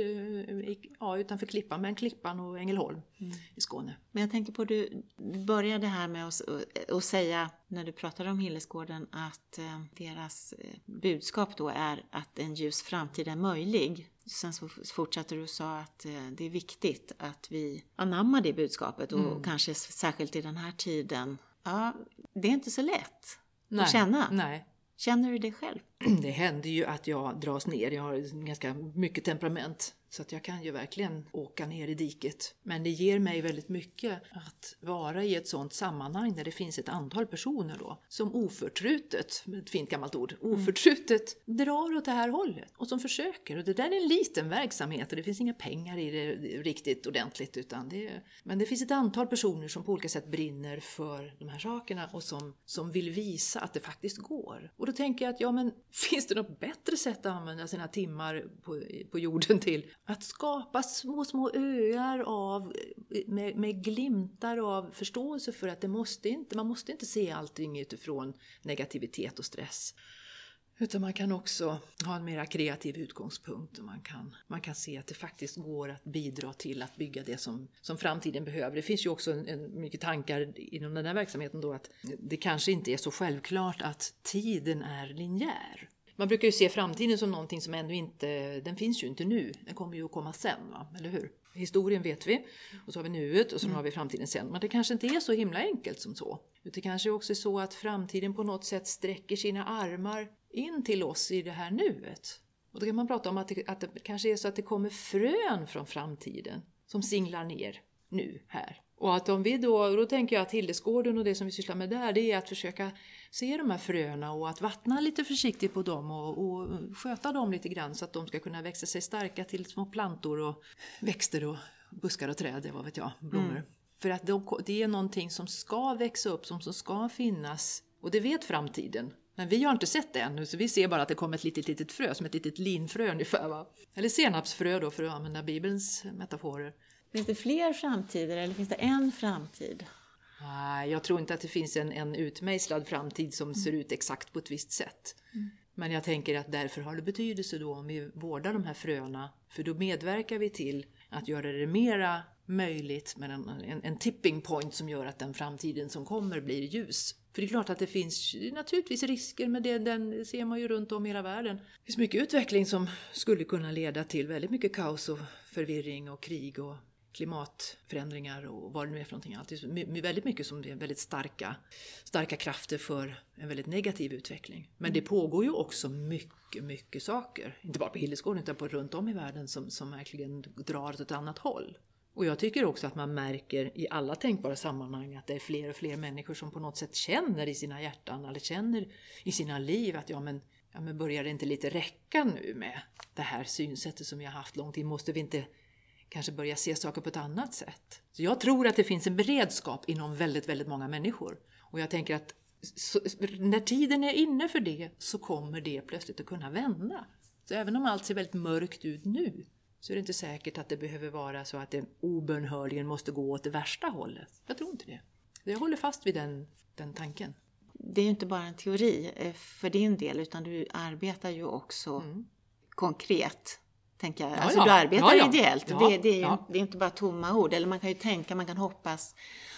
ja, utanför Klippan, men Klippan och Ängelholm mm. i Skåne. Men jag tänker på, du började här med att, att säga när du pratade om Hillesgården att eh, deras budskap då är att en ljus framtid är möjlig. Sen så fortsatte du och sa att eh, det är viktigt att vi anammar det budskapet och mm. kanske särskilt i den här tiden. Ja, det är inte så lätt nej, att känna. Nej. Känner du det själv? Det händer ju att jag dras ner. Jag har ganska mycket temperament. Så att jag kan ju verkligen åka ner i diket. Men det ger mig väldigt mycket att vara i ett sånt sammanhang där det finns ett antal personer då. Som oförtrutet, med ett fint gammalt ord, oförtrutet mm. drar åt det här hållet. Och som försöker. Och det där är en liten verksamhet och det finns inga pengar i det riktigt ordentligt. Utan det är... Men det finns ett antal personer som på olika sätt brinner för de här sakerna. Och som, som vill visa att det faktiskt går. Och då tänker jag att ja men finns det något bättre sätt att använda sina timmar på, på jorden till? Att skapa små, små öar av, med, med glimtar av förståelse för att det måste inte, man måste inte se allting utifrån negativitet och stress. Utan man kan också ha en mer kreativ utgångspunkt och man kan, man kan se att det faktiskt går att bidra till att bygga det som, som framtiden behöver. Det finns ju också en, en, mycket tankar inom den här verksamheten då att det kanske inte är så självklart att tiden är linjär. Man brukar ju se framtiden som någonting som ännu inte, den finns ju inte nu. Den kommer ju att komma sen, va? Eller hur? Historien vet vi, och så har vi nuet och så mm. har vi framtiden sen. Men det kanske inte är så himla enkelt som så. Det kanske också är så att framtiden på något sätt sträcker sina armar in till oss i det här nuet. Och då kan man prata om att det, att det kanske är så att det kommer frön från framtiden som singlar ner nu här. Och att om vi då, då tänker jag att Hillesgården och det som vi sysslar med där, det är att försöka se de här fröna och att vattna lite försiktigt på dem och, och sköta dem lite grann så att de ska kunna växa sig starka till små plantor och växter och buskar och träd, vad vet jag, blommor. Mm. För att de, det är någonting som ska växa upp, som, som ska finnas, och det vet framtiden. Men vi har inte sett det ännu, så vi ser bara att det kommer ett litet, litet frö, som ett litet linfrö ungefär, va? Eller senapsfrö då, för att använda Bibelns metaforer. Finns det fler framtider eller finns det en framtid? Nej, jag tror inte att det finns en, en utmejslad framtid som mm. ser ut exakt på ett visst sätt. Mm. Men jag tänker att därför har det betydelse då om vi vårdar de här fröna. För då medverkar vi till att göra det mera möjligt med en, en, en tipping point som gör att den framtiden som kommer blir ljus. För det är klart att det finns naturligtvis risker med det, den ser man ju runt om i hela världen. Det finns mycket utveckling som skulle kunna leda till väldigt mycket kaos och förvirring och krig och klimatförändringar och vad det nu är för någonting. Alltid my, väldigt mycket som är väldigt starka, starka krafter för en väldigt negativ utveckling. Men det pågår ju också mycket, mycket saker. Inte bara på Hillesgården utan på runt om i världen som, som verkligen drar åt ett annat håll. Och jag tycker också att man märker i alla tänkbara sammanhang att det är fler och fler människor som på något sätt känner i sina hjärtan eller känner i sina liv att ja men, ja, men börjar det inte lite räcka nu med det här synsättet som vi har haft lång tid? Måste vi inte kanske börja se saker på ett annat sätt? Så jag tror att det finns en beredskap inom väldigt, väldigt många människor. Och jag tänker att så, när tiden är inne för det så kommer det plötsligt att kunna vända. Så även om allt ser väldigt mörkt ut nu så är det inte säkert att det behöver vara så att det obönhörligen måste gå åt det värsta hållet. Jag tror inte det. Jag håller fast vid den, den tanken. Det är ju inte bara en teori för din del utan du arbetar ju också mm. konkret. Tänker jag. Alltså ja, ja. Du arbetar ja, ja. ideellt. Ja, det, det, är ju, ja. det är inte bara tomma ord. Eller man kan ju tänka, man kan hoppas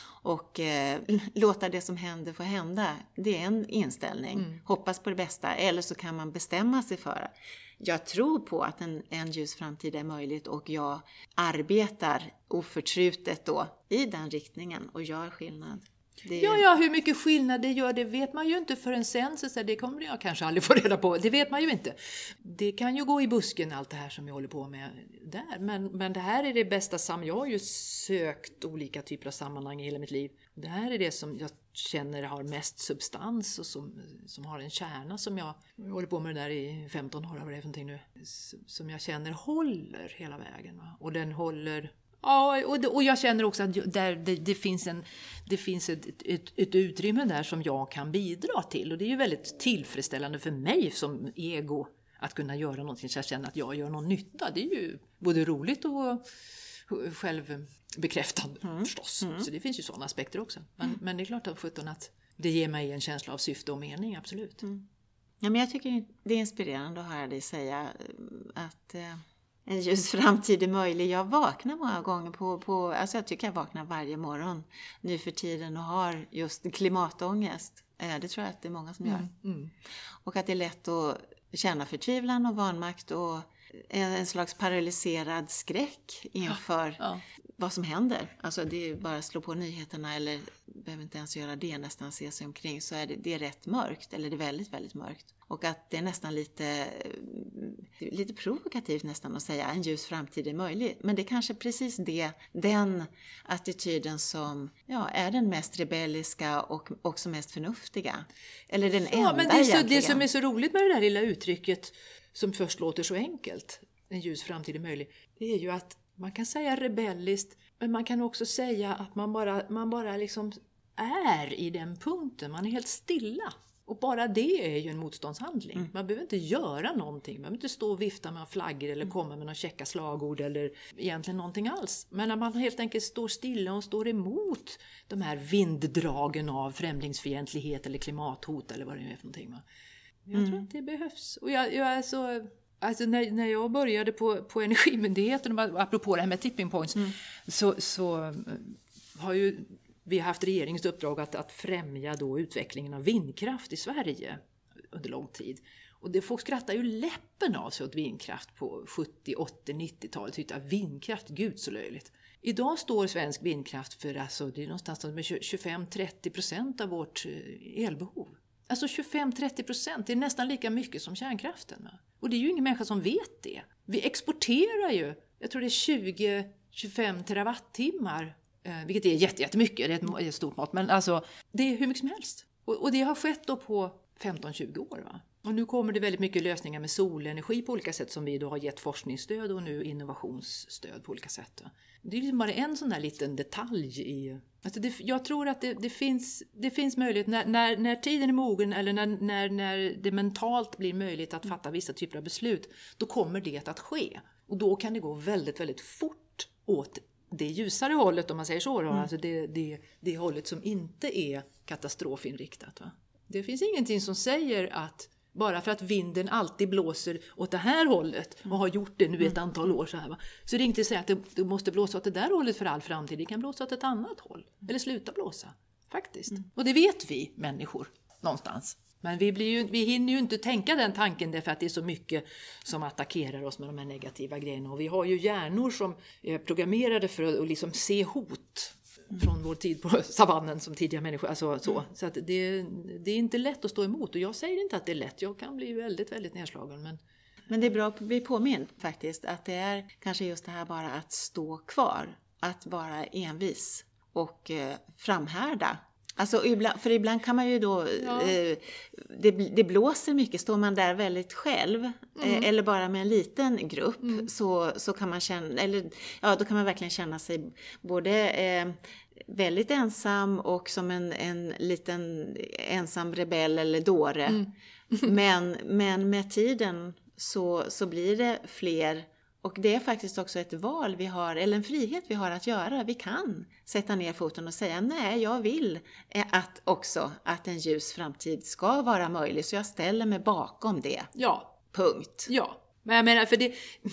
och eh, låta det som händer få hända. Det är en inställning. Mm. Hoppas på det bästa. Eller så kan man bestämma sig för. Jag tror på att en, en ljus framtid är möjligt och jag arbetar oförtrutet då i den riktningen och gör skillnad. Det... Ja, ja, hur mycket skillnad det gör, det vet man ju inte förrän sen. Så det kommer jag kanske aldrig få reda på. Det vet man ju inte. Det kan ju gå i busken allt det här som jag håller på med där. Men, men det här är det bästa sam. Jag har ju sökt olika typer av sammanhang i hela mitt liv. Det här är det som jag känner har mest substans och som, som har en kärna som jag, jag håller på med det där i femton år. Vad det är för någonting nu. Som jag känner håller hela vägen. Va? Och den håller... Ja, och, och jag känner också att där det, det finns, en, det finns ett, ett, ett utrymme där som jag kan bidra till. Och det är ju väldigt tillfredsställande för mig som ego att kunna göra någonting så jag känner att jag gör någon nytta. Det är ju både roligt och självbekräftande mm. förstås. Mm. Så det finns ju sådana aspekter också. Men, mm. men det är klart att, att det ger mig en känsla av syfte och mening, absolut. Mm. Ja, men jag tycker det är inspirerande att höra dig säga att... Eh... en ljus framtid är möjlig. Jag vaknar många gånger på, på... Alltså jag tycker jag vaknar varje morgon nu för tiden och har just klimatångest. Det tror jag att det är många som gör. Mm, mm. Och att det är lätt att känna förtvivlan och vanmakt och en, en slags paralyserad skräck inför ja, ja. vad som händer. Alltså det är bara att slå på nyheterna eller behöver inte ens göra det, nästan se sig omkring, så är det, det är rätt mörkt, eller det är väldigt, väldigt mörkt. Och att det är nästan lite, lite provokativt nästan att säga en ljus framtid är möjlig. Men det är kanske precis det, den attityden som ja, är den mest rebelliska och också mest förnuftiga. Eller den enda ja, men det, är så, egentligen. Det som är så roligt med det där lilla uttrycket som först låter så enkelt, en ljus framtid är möjlig, det är ju att man kan säga rebelliskt, men man kan också säga att man bara, man bara liksom är i den punkten. Man är helt stilla. Och bara det är ju en motståndshandling. Mm. Man behöver inte göra någonting. Man behöver inte stå och vifta med flaggor eller komma med några checka slagord eller egentligen någonting alls. Men när man helt enkelt står stilla och står emot de här vinddragen av främlingsfientlighet eller klimathot eller vad det är för någonting. Jag mm. tror att det behövs. Och jag, jag är så... Alltså när, när jag började på, på Energimyndigheten, apropå det här med tipping points, mm. så, så har ju vi haft regeringens uppdrag att, att främja då utvecklingen av vindkraft i Sverige under lång tid. Och det, folk skrattar ju läppen av sig åt vindkraft på sjuttio, åttio, nittio-talet. Tyckte att vindkraft, gud så löjligt. Idag står svensk vindkraft för alltså, det är någonstans med tjugofem till trettio procent av vårt elbehov. Alltså tjugofem till trettio procent, det är nästan lika mycket som kärnkraften. Och det är ju ingen människa som vet det. Vi exporterar ju, jag tror det är tjugo till tjugofem terawattimmar, eh, vilket är jätte, jättemycket, det är ett, ett stort mått. Men alltså, det är hur mycket som helst. Och, och det har skett då på femton till tjugo år, va? Och nu kommer det väldigt mycket lösningar med solenergi på olika sätt som vi då har gett forskningsstöd och nu innovationsstöd på olika sätt. Det är liksom bara en sån där liten detalj i... Alltså det, jag tror att det, det, finns, det finns möjlighet när, när, när tiden är mogen eller när, när, när det mentalt blir möjligt att fatta vissa typer av beslut, då kommer det att ske. Och då kan det gå väldigt, väldigt fort åt det ljusare hållet, om man säger så. Då. Mm. Alltså det, det, det hållet som inte är katastrofinriktat. Va? Det finns ingenting som säger att bara för att vinden alltid blåser åt det här hållet och har gjort det nu ett antal år så här, va? Så det är inte att säga att det, det måste blåsa åt det där hållet för all framtid. Det kan blåsa åt ett annat håll. Eller sluta blåsa, faktiskt. Mm. Och det vet vi människor någonstans. Men vi, blir ju, vi hinner ju inte tänka den tanken därför att det är så mycket som attackerar oss med de här negativa grejerna. Och vi har ju hjärnor som är programmerade för att liksom se hot från vår tid på savannen som tidiga människor. Alltså, så så att det, det är inte lätt att stå emot. Och jag säger inte att det är lätt. Jag kan bli väldigt, väldigt nedslagen. Men, men det är bra att bli påmind faktiskt. Att det är kanske just det här bara att stå kvar. Att vara envis och eh, framhärda. Alltså ibland, för ibland kan man ju då, ja. eh, det, det blåser mycket, står man där väldigt själv mm. eh, eller bara med en liten grupp mm. så, så kan man känna, eller ja då kan man verkligen känna sig både eh, väldigt ensam och som en, en liten ensam rebell eller dåre. Mm. men, men med tiden så, så blir det fler. Och det är faktiskt också ett val vi har, eller en frihet vi har att göra. Vi kan sätta ner foten och säga nej, jag vill att också att en ljus framtid ska vara möjlig. Så jag ställer mig bakom det. Ja. Punkt. Ja, men jag menar för det...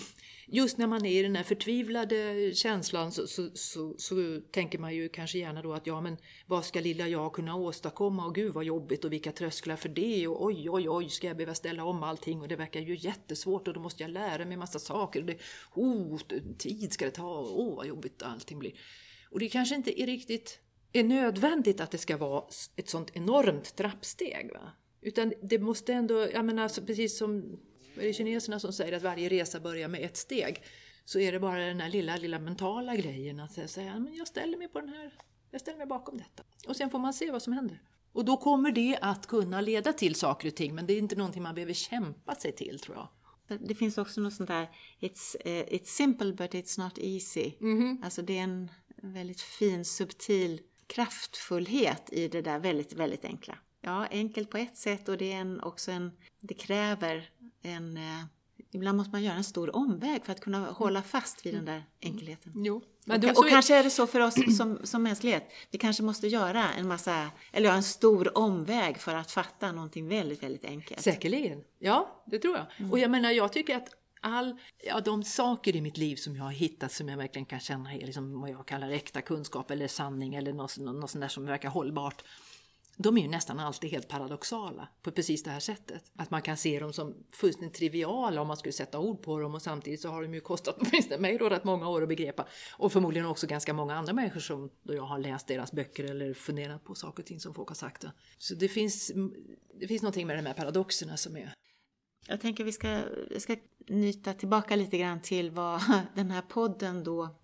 Just när man är i den här förtvivlade känslan så, så, så, så tänker man ju kanske gärna då att ja men vad ska lilla jag kunna åstadkomma och gud vad jobbigt och vilka trösklar för det och oj oj oj ska jag behöva ställa om allting och det verkar ju jättesvårt och då måste jag lära mig massa saker och det, oh, tid ska det ta, åh oh, vad jobbigt allting blir. Och det kanske inte är riktigt är nödvändigt att det ska vara ett sånt enormt trappsteg. Va? Utan det måste ändå, jag menar, alltså, precis som det är kineserna som säger att varje resa börjar med ett steg. Så är det bara den här lilla, lilla mentala grejen att säga, men jag ställer mig på den här, jag ställer mig bakom detta. Och sen får man se vad som händer. Och då kommer det att kunna leda till saker och ting, men det är inte någonting man behöver kämpa sig till, tror jag. Det finns också något sånt där, it's, uh, it's simple but it's not easy. Mm-hmm. Alltså det är en väldigt fin, subtil kraftfullhet i det där väldigt, väldigt enkla. Ja, enkelt på ett sätt, och det är en, också en, det kräver en, eh, ibland måste man göra en stor omväg för att kunna hålla fast vid den där enkelheten. Jo. Men och, och kanske är det så för oss som, som mänsklighet. Vi kanske måste göra en massa, eller en stor omväg för att fatta någonting väldigt, väldigt enkelt. Säkerligen. Ja, det tror jag. Mm. Och jag menar, jag tycker att all, ja, de saker i mitt liv som jag har hittat som jag verkligen kan känna är liksom vad jag kallar äkta kunskap eller sanning eller något, något sånt där som verkar hållbart. De är ju nästan alltid helt paradoxala på precis det här sättet. Att man kan se dem som fullständigt triviala om man skulle sätta ord på dem, och samtidigt så har de ju kostat åtminstone mig då rätt många år att begrepa. Och förmodligen också ganska många andra människor som då jag har läst deras böcker eller funderat på saker och ting som folk har sagt. Det. Så det finns, det finns någonting med de här paradoxerna som är... Jag tänker vi ska, vi ska knyta tillbaka lite grann till vad den här podden då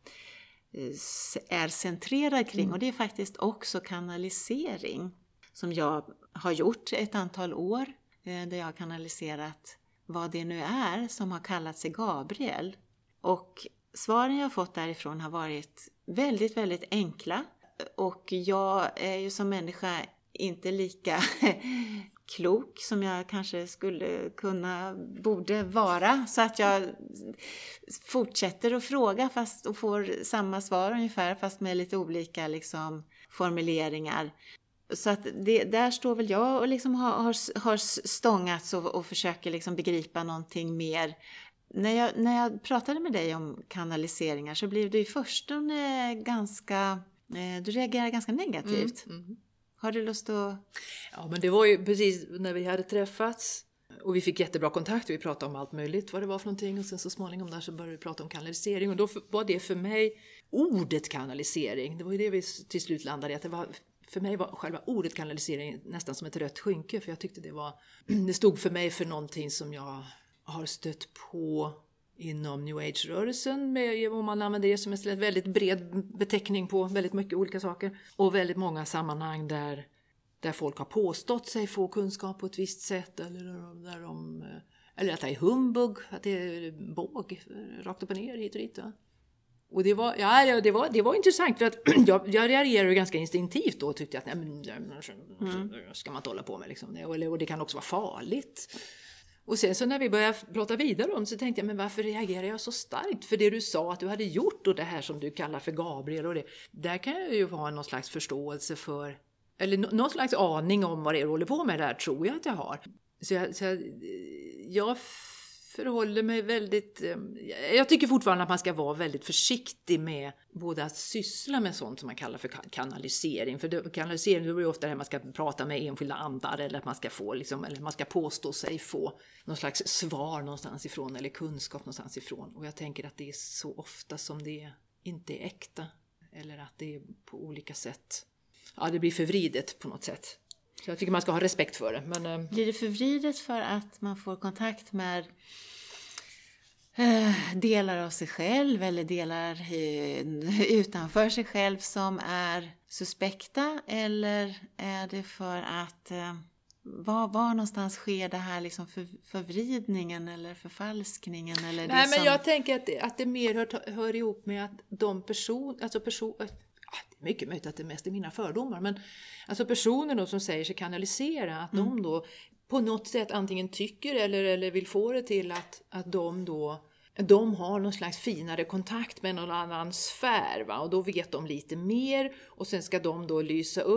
är centrerad kring. Mm. Och det är faktiskt också kanalisering. Som jag har gjort ett antal år. Där jag har kanaliserat vad det nu är som har kallat sig Gabriel. Och svaren jag har fått därifrån har varit väldigt, väldigt enkla. Och jag är ju som människa inte lika klok som jag kanske skulle kunna, borde vara. Så att jag fortsätter att fråga fast och får samma svar ungefär, fast med lite olika liksom, formuleringar. Så att det, där står väl jag och liksom har, har, har stångats och, och försöker liksom begripa någonting mer. När jag, när jag pratade med dig om kanaliseringar så blev du i förstone ganska, du reagerade ganska negativt. Mm, mm. Har du lust att... Ja, men det var ju precis när vi hade träffats och vi fick jättebra kontakt och vi pratade om allt möjligt, vad det var för någonting, och sen så småningom där så började vi prata om kanalisering, och då var det för mig ordet kanalisering, det var ju det vi till slut landade i, att det var... För mig var själva ordet kanalisering nästan som ett rött skynke, för jag tyckte det var, det stod för mig för någonting som jag har stött på inom New Age-rörelsen, med, om man använder det som en väldigt bred beteckning på väldigt mycket olika saker, och väldigt många sammanhang där, där folk har påstått sig få kunskap på ett visst sätt, eller, där de, eller att det är humbug, att det är båg, rakt upp och ner, hit och dit. Va? Och det var, ja, det var, det var intressant, för att jag, jag reagerade ganska instinktivt då och tyckte att nej, men, mm. ska man inte hålla på med liksom. Och det kan också vara farligt. Och sen så när vi började prata vidare om så tänkte jag, men varför reagerar jag så starkt? För det du sa att du hade gjort och det här som du kallar för Gabriel och det, där kan jag ju ha någon slags förståelse för, eller någon slags aning om vad det är du håller på med där, tror jag att jag har. Så jag, så jag, jag förhåller mig väldigt... Jag tycker fortfarande att man ska vara väldigt försiktig med både att syssla med sånt som man kallar för kanalisering. För det, kanalisering det blir ofta att man ska prata med enskilda andar, eller att man ska få liksom, eller man ska påstå sig få någon slags svar någonstans ifrån eller kunskap någonstans ifrån. Och jag tänker att det är så ofta som det inte är äkta, eller att det är på olika sätt, ja, det blir förvridet på något sätt. Så jag tycker man ska ha respekt för det. Men, blir det förvridet för att man får kontakt med äh, delar av sig själv eller delar äh, utanför sig själv som är suspekta? Eller är det för att äh, var, var någonstans sker det här liksom för, förvridningen eller förfalskningen? Eller Nej, det men som... jag tänker att det, att det mer hör, hör ihop med att de personer, alltså person, det är mycket möjligt att det mest är mina fördomar, men alltså personer då som säger sig kanalisera, att mm. de då på något sätt antingen tycker eller, eller vill få det till att, att de då de har någon slags finare kontakt med någon annan sfär, va? Och då vet de lite mer, och sen ska de då lysa upp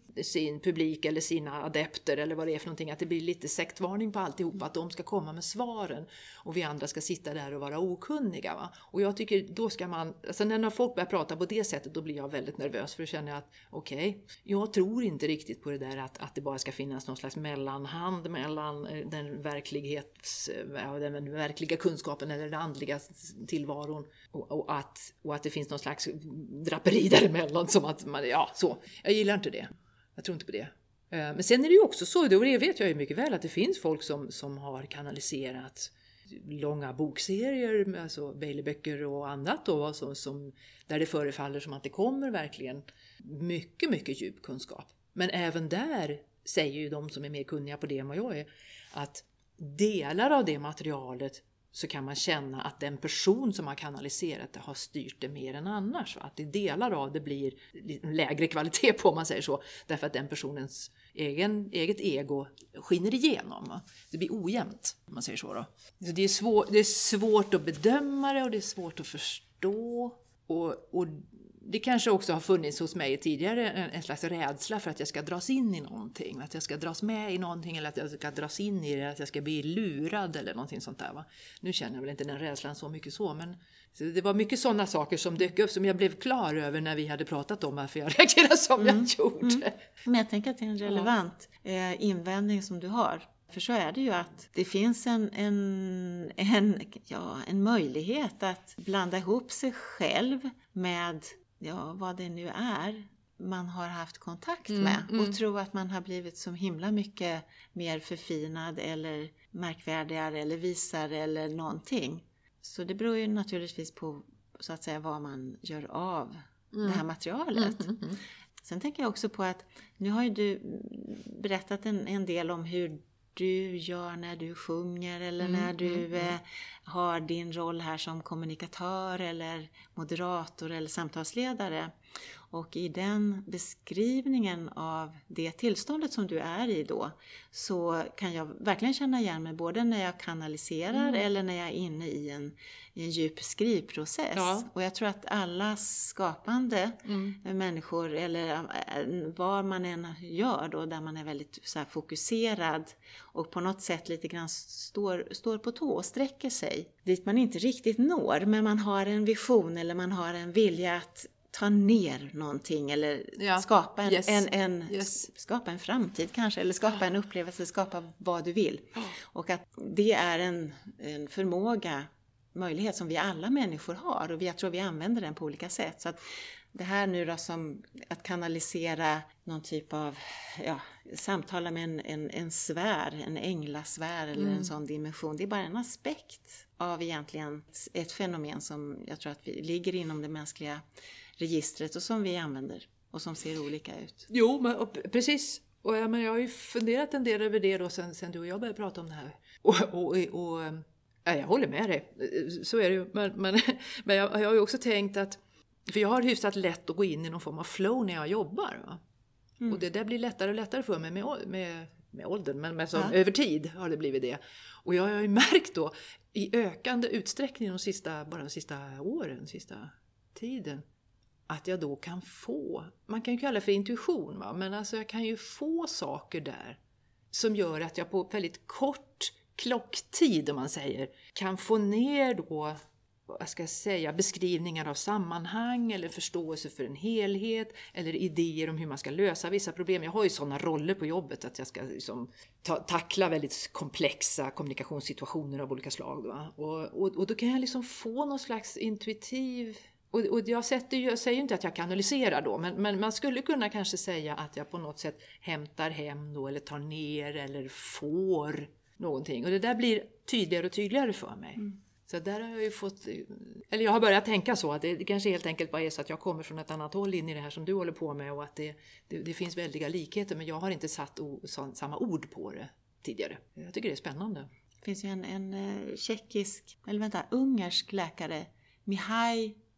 sin publik eller sina adepter eller vad det är för någonting, att det blir lite sektvarning på alltihop, att de ska komma med svaren och vi andra ska sitta där och vara okunniga. Va? Och jag tycker då ska man, alltså när folk börjar prata på det sättet, då blir jag väldigt nervös, för då känner jag att okej, okay, jag tror inte riktigt på det där att, att det bara ska finnas någon slags mellanhand mellan den verklighets, den verkliga kunskapen eller den andliga tillvaron och, och, att, och att det finns någon slags draperi däremellan som att man, ja så. Jag gillar inte det. Jag tror inte på det. Men sen är det ju också så, det vet jag ju mycket väl, att det finns folk som, som har kanaliserat långa bokserier, alltså Bailey-böcker och annat då, som, som, där det förefaller som att det kommer verkligen mycket, mycket djup kunskap. Men även där säger ju de som är mer kunniga på det än vad jag är, att delar av det materialet så kan man känna att den person som har kanaliserat det har styrt det mer än annars. Att det delar av det blir lägre kvalitet på, om man säger så. Därför att den personens egen, eget ego skiner igenom. Det blir ojämnt, om man säger så då. Så det är svår, det är svårt att bedöma det och det är svårt att förstå. Och, och det kanske också har funnits hos mig tidigare en, en slags rädsla för att jag ska dras in i någonting. Att jag ska dras med i någonting, eller att jag ska dras in i det, att jag ska bli lurad eller någonting sånt där. Va? Nu känner jag väl inte den rädslan så mycket så, men så det var mycket sådana saker som dök upp som jag blev klar över när vi hade pratat om varför jag reagerade som mm. jag gjorde. Mm. Men jag tänker att det är en relevant ja. invändning som du har. För så är det ju att det finns en, en, en, ja, en möjlighet att blanda ihop sig själv med ja, vad det nu är man har haft kontakt med. Mm, mm. Och tro att man har blivit så himla mycket mer förfinad eller märkvärdigare eller visare eller någonting. Så det beror ju naturligtvis på så att säga vad man gör av mm. det här materialet. Mm, mm, mm. Sen tänker jag också på att nu har ju du berättat en, en del om hur du gör när du sjunger eller mm, när du mm, eh, har din roll här som kommunikatör eller moderator eller samtalsledare. Och i den beskrivningen av det tillståndet som du är i då, så kan jag verkligen känna igen mig både när jag kanaliserar mm. eller när jag är inne i en, i en djup skrivprocess. Ja. Och jag tror att alla skapande mm. människor, eller vad man än gör då, där man är väldigt så här fokuserad och på något sätt lite grann står, står på tå och sträcker sig dit man inte riktigt når, men man har en vision eller man har en vilja att ta ner någonting eller ja. skapa, en, yes. En, en, yes. skapa en framtid kanske, eller skapa en upplevelse, skapa vad du vill. Och att det är en, en förmåga, möjlighet som vi alla människor har, och jag tror vi använder den på olika sätt. Så att det här nu då, som att kanalisera någon typ av, ja, samtala med en, en, en sfär, en änglasfär eller mm. en sån dimension, det är bara en aspekt av egentligen ett fenomen som jag tror att vi ligger inom det mänskliga registret och som vi använder och som ser olika ut. Jo, men, och, precis. Och, ja, men jag har ju funderat en del över det då sen, sen du och jag började prata om det här. Och, och, och ja, jag håller med dig. Så är det ju. Men, men, men jag, jag har ju också tänkt att, för jag har hyfsat lätt att gå in i någon form av flow när jag jobbar. Va? Mm. Och det där blir lättare och lättare för mig med, med, med åldern. Men med, som, ja. över tid har det blivit det. Och jag har ju märkt då i ökande utsträckning de sista, bara de sista åren, sista tiden, att jag då kan få, man kan ju kalla det för intuition, va? Men alltså jag kan ju få saker där som gör att jag på väldigt kort klocktid, om man säger, kan få ner då, vad ska jag säga, beskrivningar av sammanhang eller förståelse för en helhet eller idéer om hur man ska lösa vissa problem. Jag har ju sådana roller på jobbet att jag ska liksom ta, tackla väldigt komplexa kommunikationssituationer av olika slag. Va? Och, och, och då kan jag liksom få någon slags intuitiv... Och, och jag, sätter, jag säger ju inte att jag kanaliserar då, men, men man skulle kunna kanske säga att jag på något sätt hämtar hem då, eller tar ner eller får någonting. Och det där blir tydligare och tydligare för mig. Mm. Så där har jag ju fått, eller jag har börjat tänka så att det kanske helt enkelt bara är så att jag kommer från ett annat håll in i det här som du håller på med, och att det, det, det finns väldiga likheter, men jag har inte satt o, så, samma ord på det tidigare. Jag tycker det är spännande. Det finns ju en, en tjeckisk, eller vänta, ungersk läkare, Mihai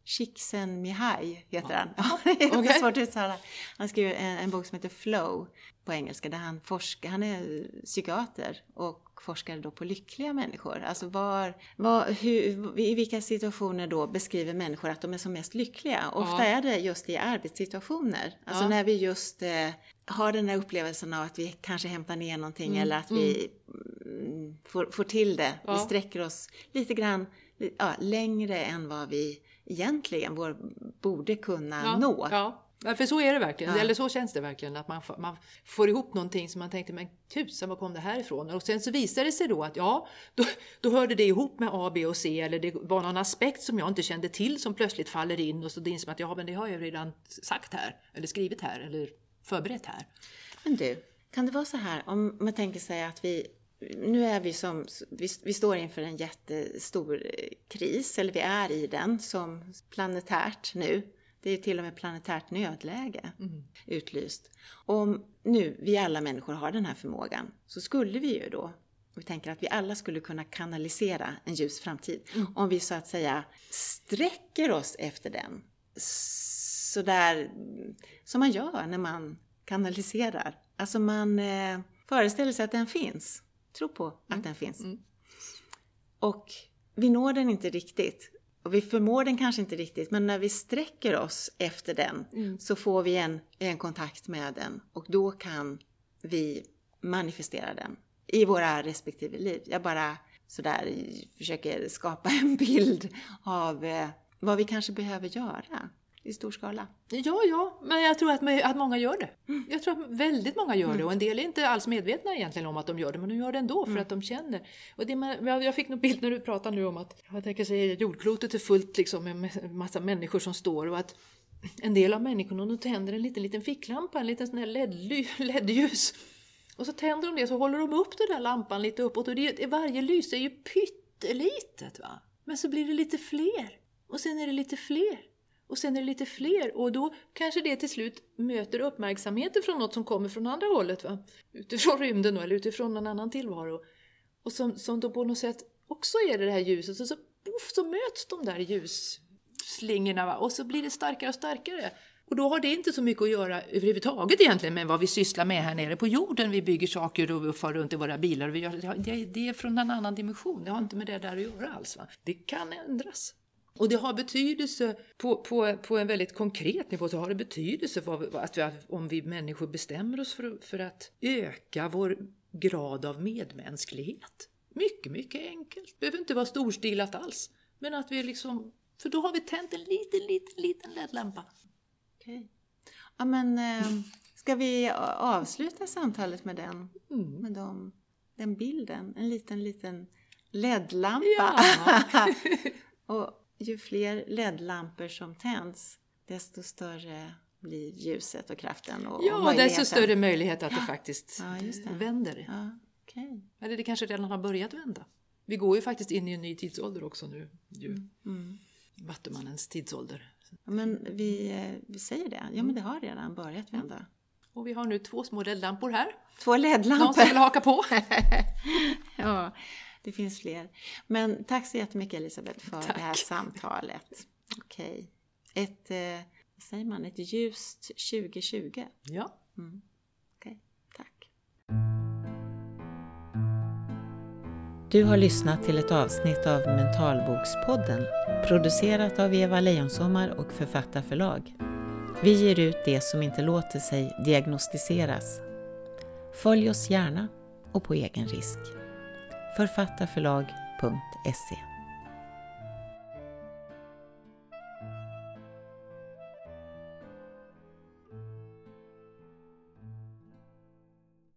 Csikszentmihalyi heter Ja. han. Ja, det är Okay. svårt att uttala. Han skrev en, en bok som heter Flow på engelska, där han forskar, han är psykiater och forskar då på lyckliga människor. Alltså var, var, hur, i vilka situationer då beskriver människor att de är som mest lyckliga. Ofta Ja. är det just i arbetssituationer. Alltså Ja. när vi just eh, har den här upplevelsen av att vi kanske hämtar ner någonting Mm, eller att vi mm, får, får till det. Ja. Vi sträcker oss lite grann ja, längre än vad vi egentligen vår, borde kunna Ja, nå. ja. Ja, för så är det verkligen. Ja. Eller så känns det verkligen. Att man, får- man får ihop någonting som man tänkte, men tusan, var kom det här ifrån? Och sen så visar det sig då att ja, då, då hörde det ihop med A, B och C. Eller det var någon aspekt som jag inte kände till som plötsligt faller in. Och så det är som att ja, men det har jag redan sagt här. Eller skrivit här. Eller förberett här. Men du, kan det vara så här om man tänker sig att vi, nu är vi som, vi, vi står inför en jättestor kris, eller vi är i den som planetärt nu. Det är till och med planetärt nödläge Mm. utlyst. Om nu vi alla människor har den här förmågan, så skulle vi ju då, vi tänker att vi alla skulle kunna kanalisera en ljus framtid. Mm. Om vi så att säga sträcker oss efter den. Så där som man gör när man kanaliserar. Alltså man eh, föreställer sig att den finns. Tro på att Mm. den finns. Mm. Och vi når den inte riktigt. Och vi förmår den kanske inte riktigt. Men när vi sträcker oss efter den Mm. så får vi en, en kontakt med den. Och då kan vi manifestera den i våra respektive liv. Jag bara sådär försöker skapa en bild av eh, vad vi kanske behöver göra i stor skala. Ja, ja, men jag tror att, att många gör det. Mm. Jag tror att väldigt många gör det, och en del är inte alls medvetna egentligen om att de gör det, men de gör det ändå för Mm. att de känner. Och det, man- jag jag fick någon bild när du pratade nu om att jag tänker sig jordklotet är fullt liksom med en massa människor som står, och att en del av människorna de tänder en liten, liten ficklampa, en liten sån här L E D-ljus. Och så tänder de det, så håller de upp den där lampan lite uppåt, och det, varje lys är ju pyttelitet, va? Men så blir det lite fler, och sen är det lite fler. Och sen är det lite fler, och då kanske det till slut möter uppmärksamheten från något som kommer från andra hållet, va? Utifrån rymden då, eller utifrån någon annan tillvaro. Och som, som då på något sätt också är det, det här ljuset, och så, puff, så möts de där ljusslingorna, va? Och så blir det starkare och starkare. Och då har det inte så mycket att göra överhuvudtaget egentligen med vad vi sysslar med här nere på jorden. Vi bygger saker och vi far runt i våra bilar. Och vi gör, det, det är från en annan dimension, det har inte med det där att göra alls, va? Det kan ändras. Och det har betydelse på, på, på en väldigt konkret nivå, så har det betydelse för att vi, om vi människor bestämmer oss för, för att öka vår grad av medmänsklighet. Mycket, mycket enkelt. Det behöver inte vara storstilat alls. Men att vi liksom, för då har vi tänt en liten, liten, liten L E D-lampa. Okej. Ja, men eh, ska vi avsluta samtalet med den, Mm. med dem, den bilden? En liten, liten L E D-lampa. Ja. Och ju fler L E D-lampor som tänds, desto större blir ljuset och kraften och, och Ja, möjligheten. desto större möjlighet att det faktiskt Ja, just det. vänder. Ja, okej. Eller det kanske redan har börjat vända. Vi går ju faktiskt in i en ny tidsålder också nu. Ju. Mm. Vattumannens tidsålder. Ja, men vi, eh, vi säger det. Ja, men det har redan börjat vända. Och vi har nu två små L E D-lampor här. Två L E Någon som D-lampor. vill haka på. Ja, det finns fler. Men tack så jättemycket, Elisabeth, för Tack. det här samtalet. Okej. Ett, eh, vad säger man? Ett ljust tjugo tjugo. Ja. Mm. Okej, tack. Du har lyssnat till ett avsnitt av Mentalbokspodden, producerat av Eva Lejonsommar och Författarförlag. Vi ger ut det som inte låter sig diagnostiseras. Följ oss gärna och på egen risk. författarförlag punkt se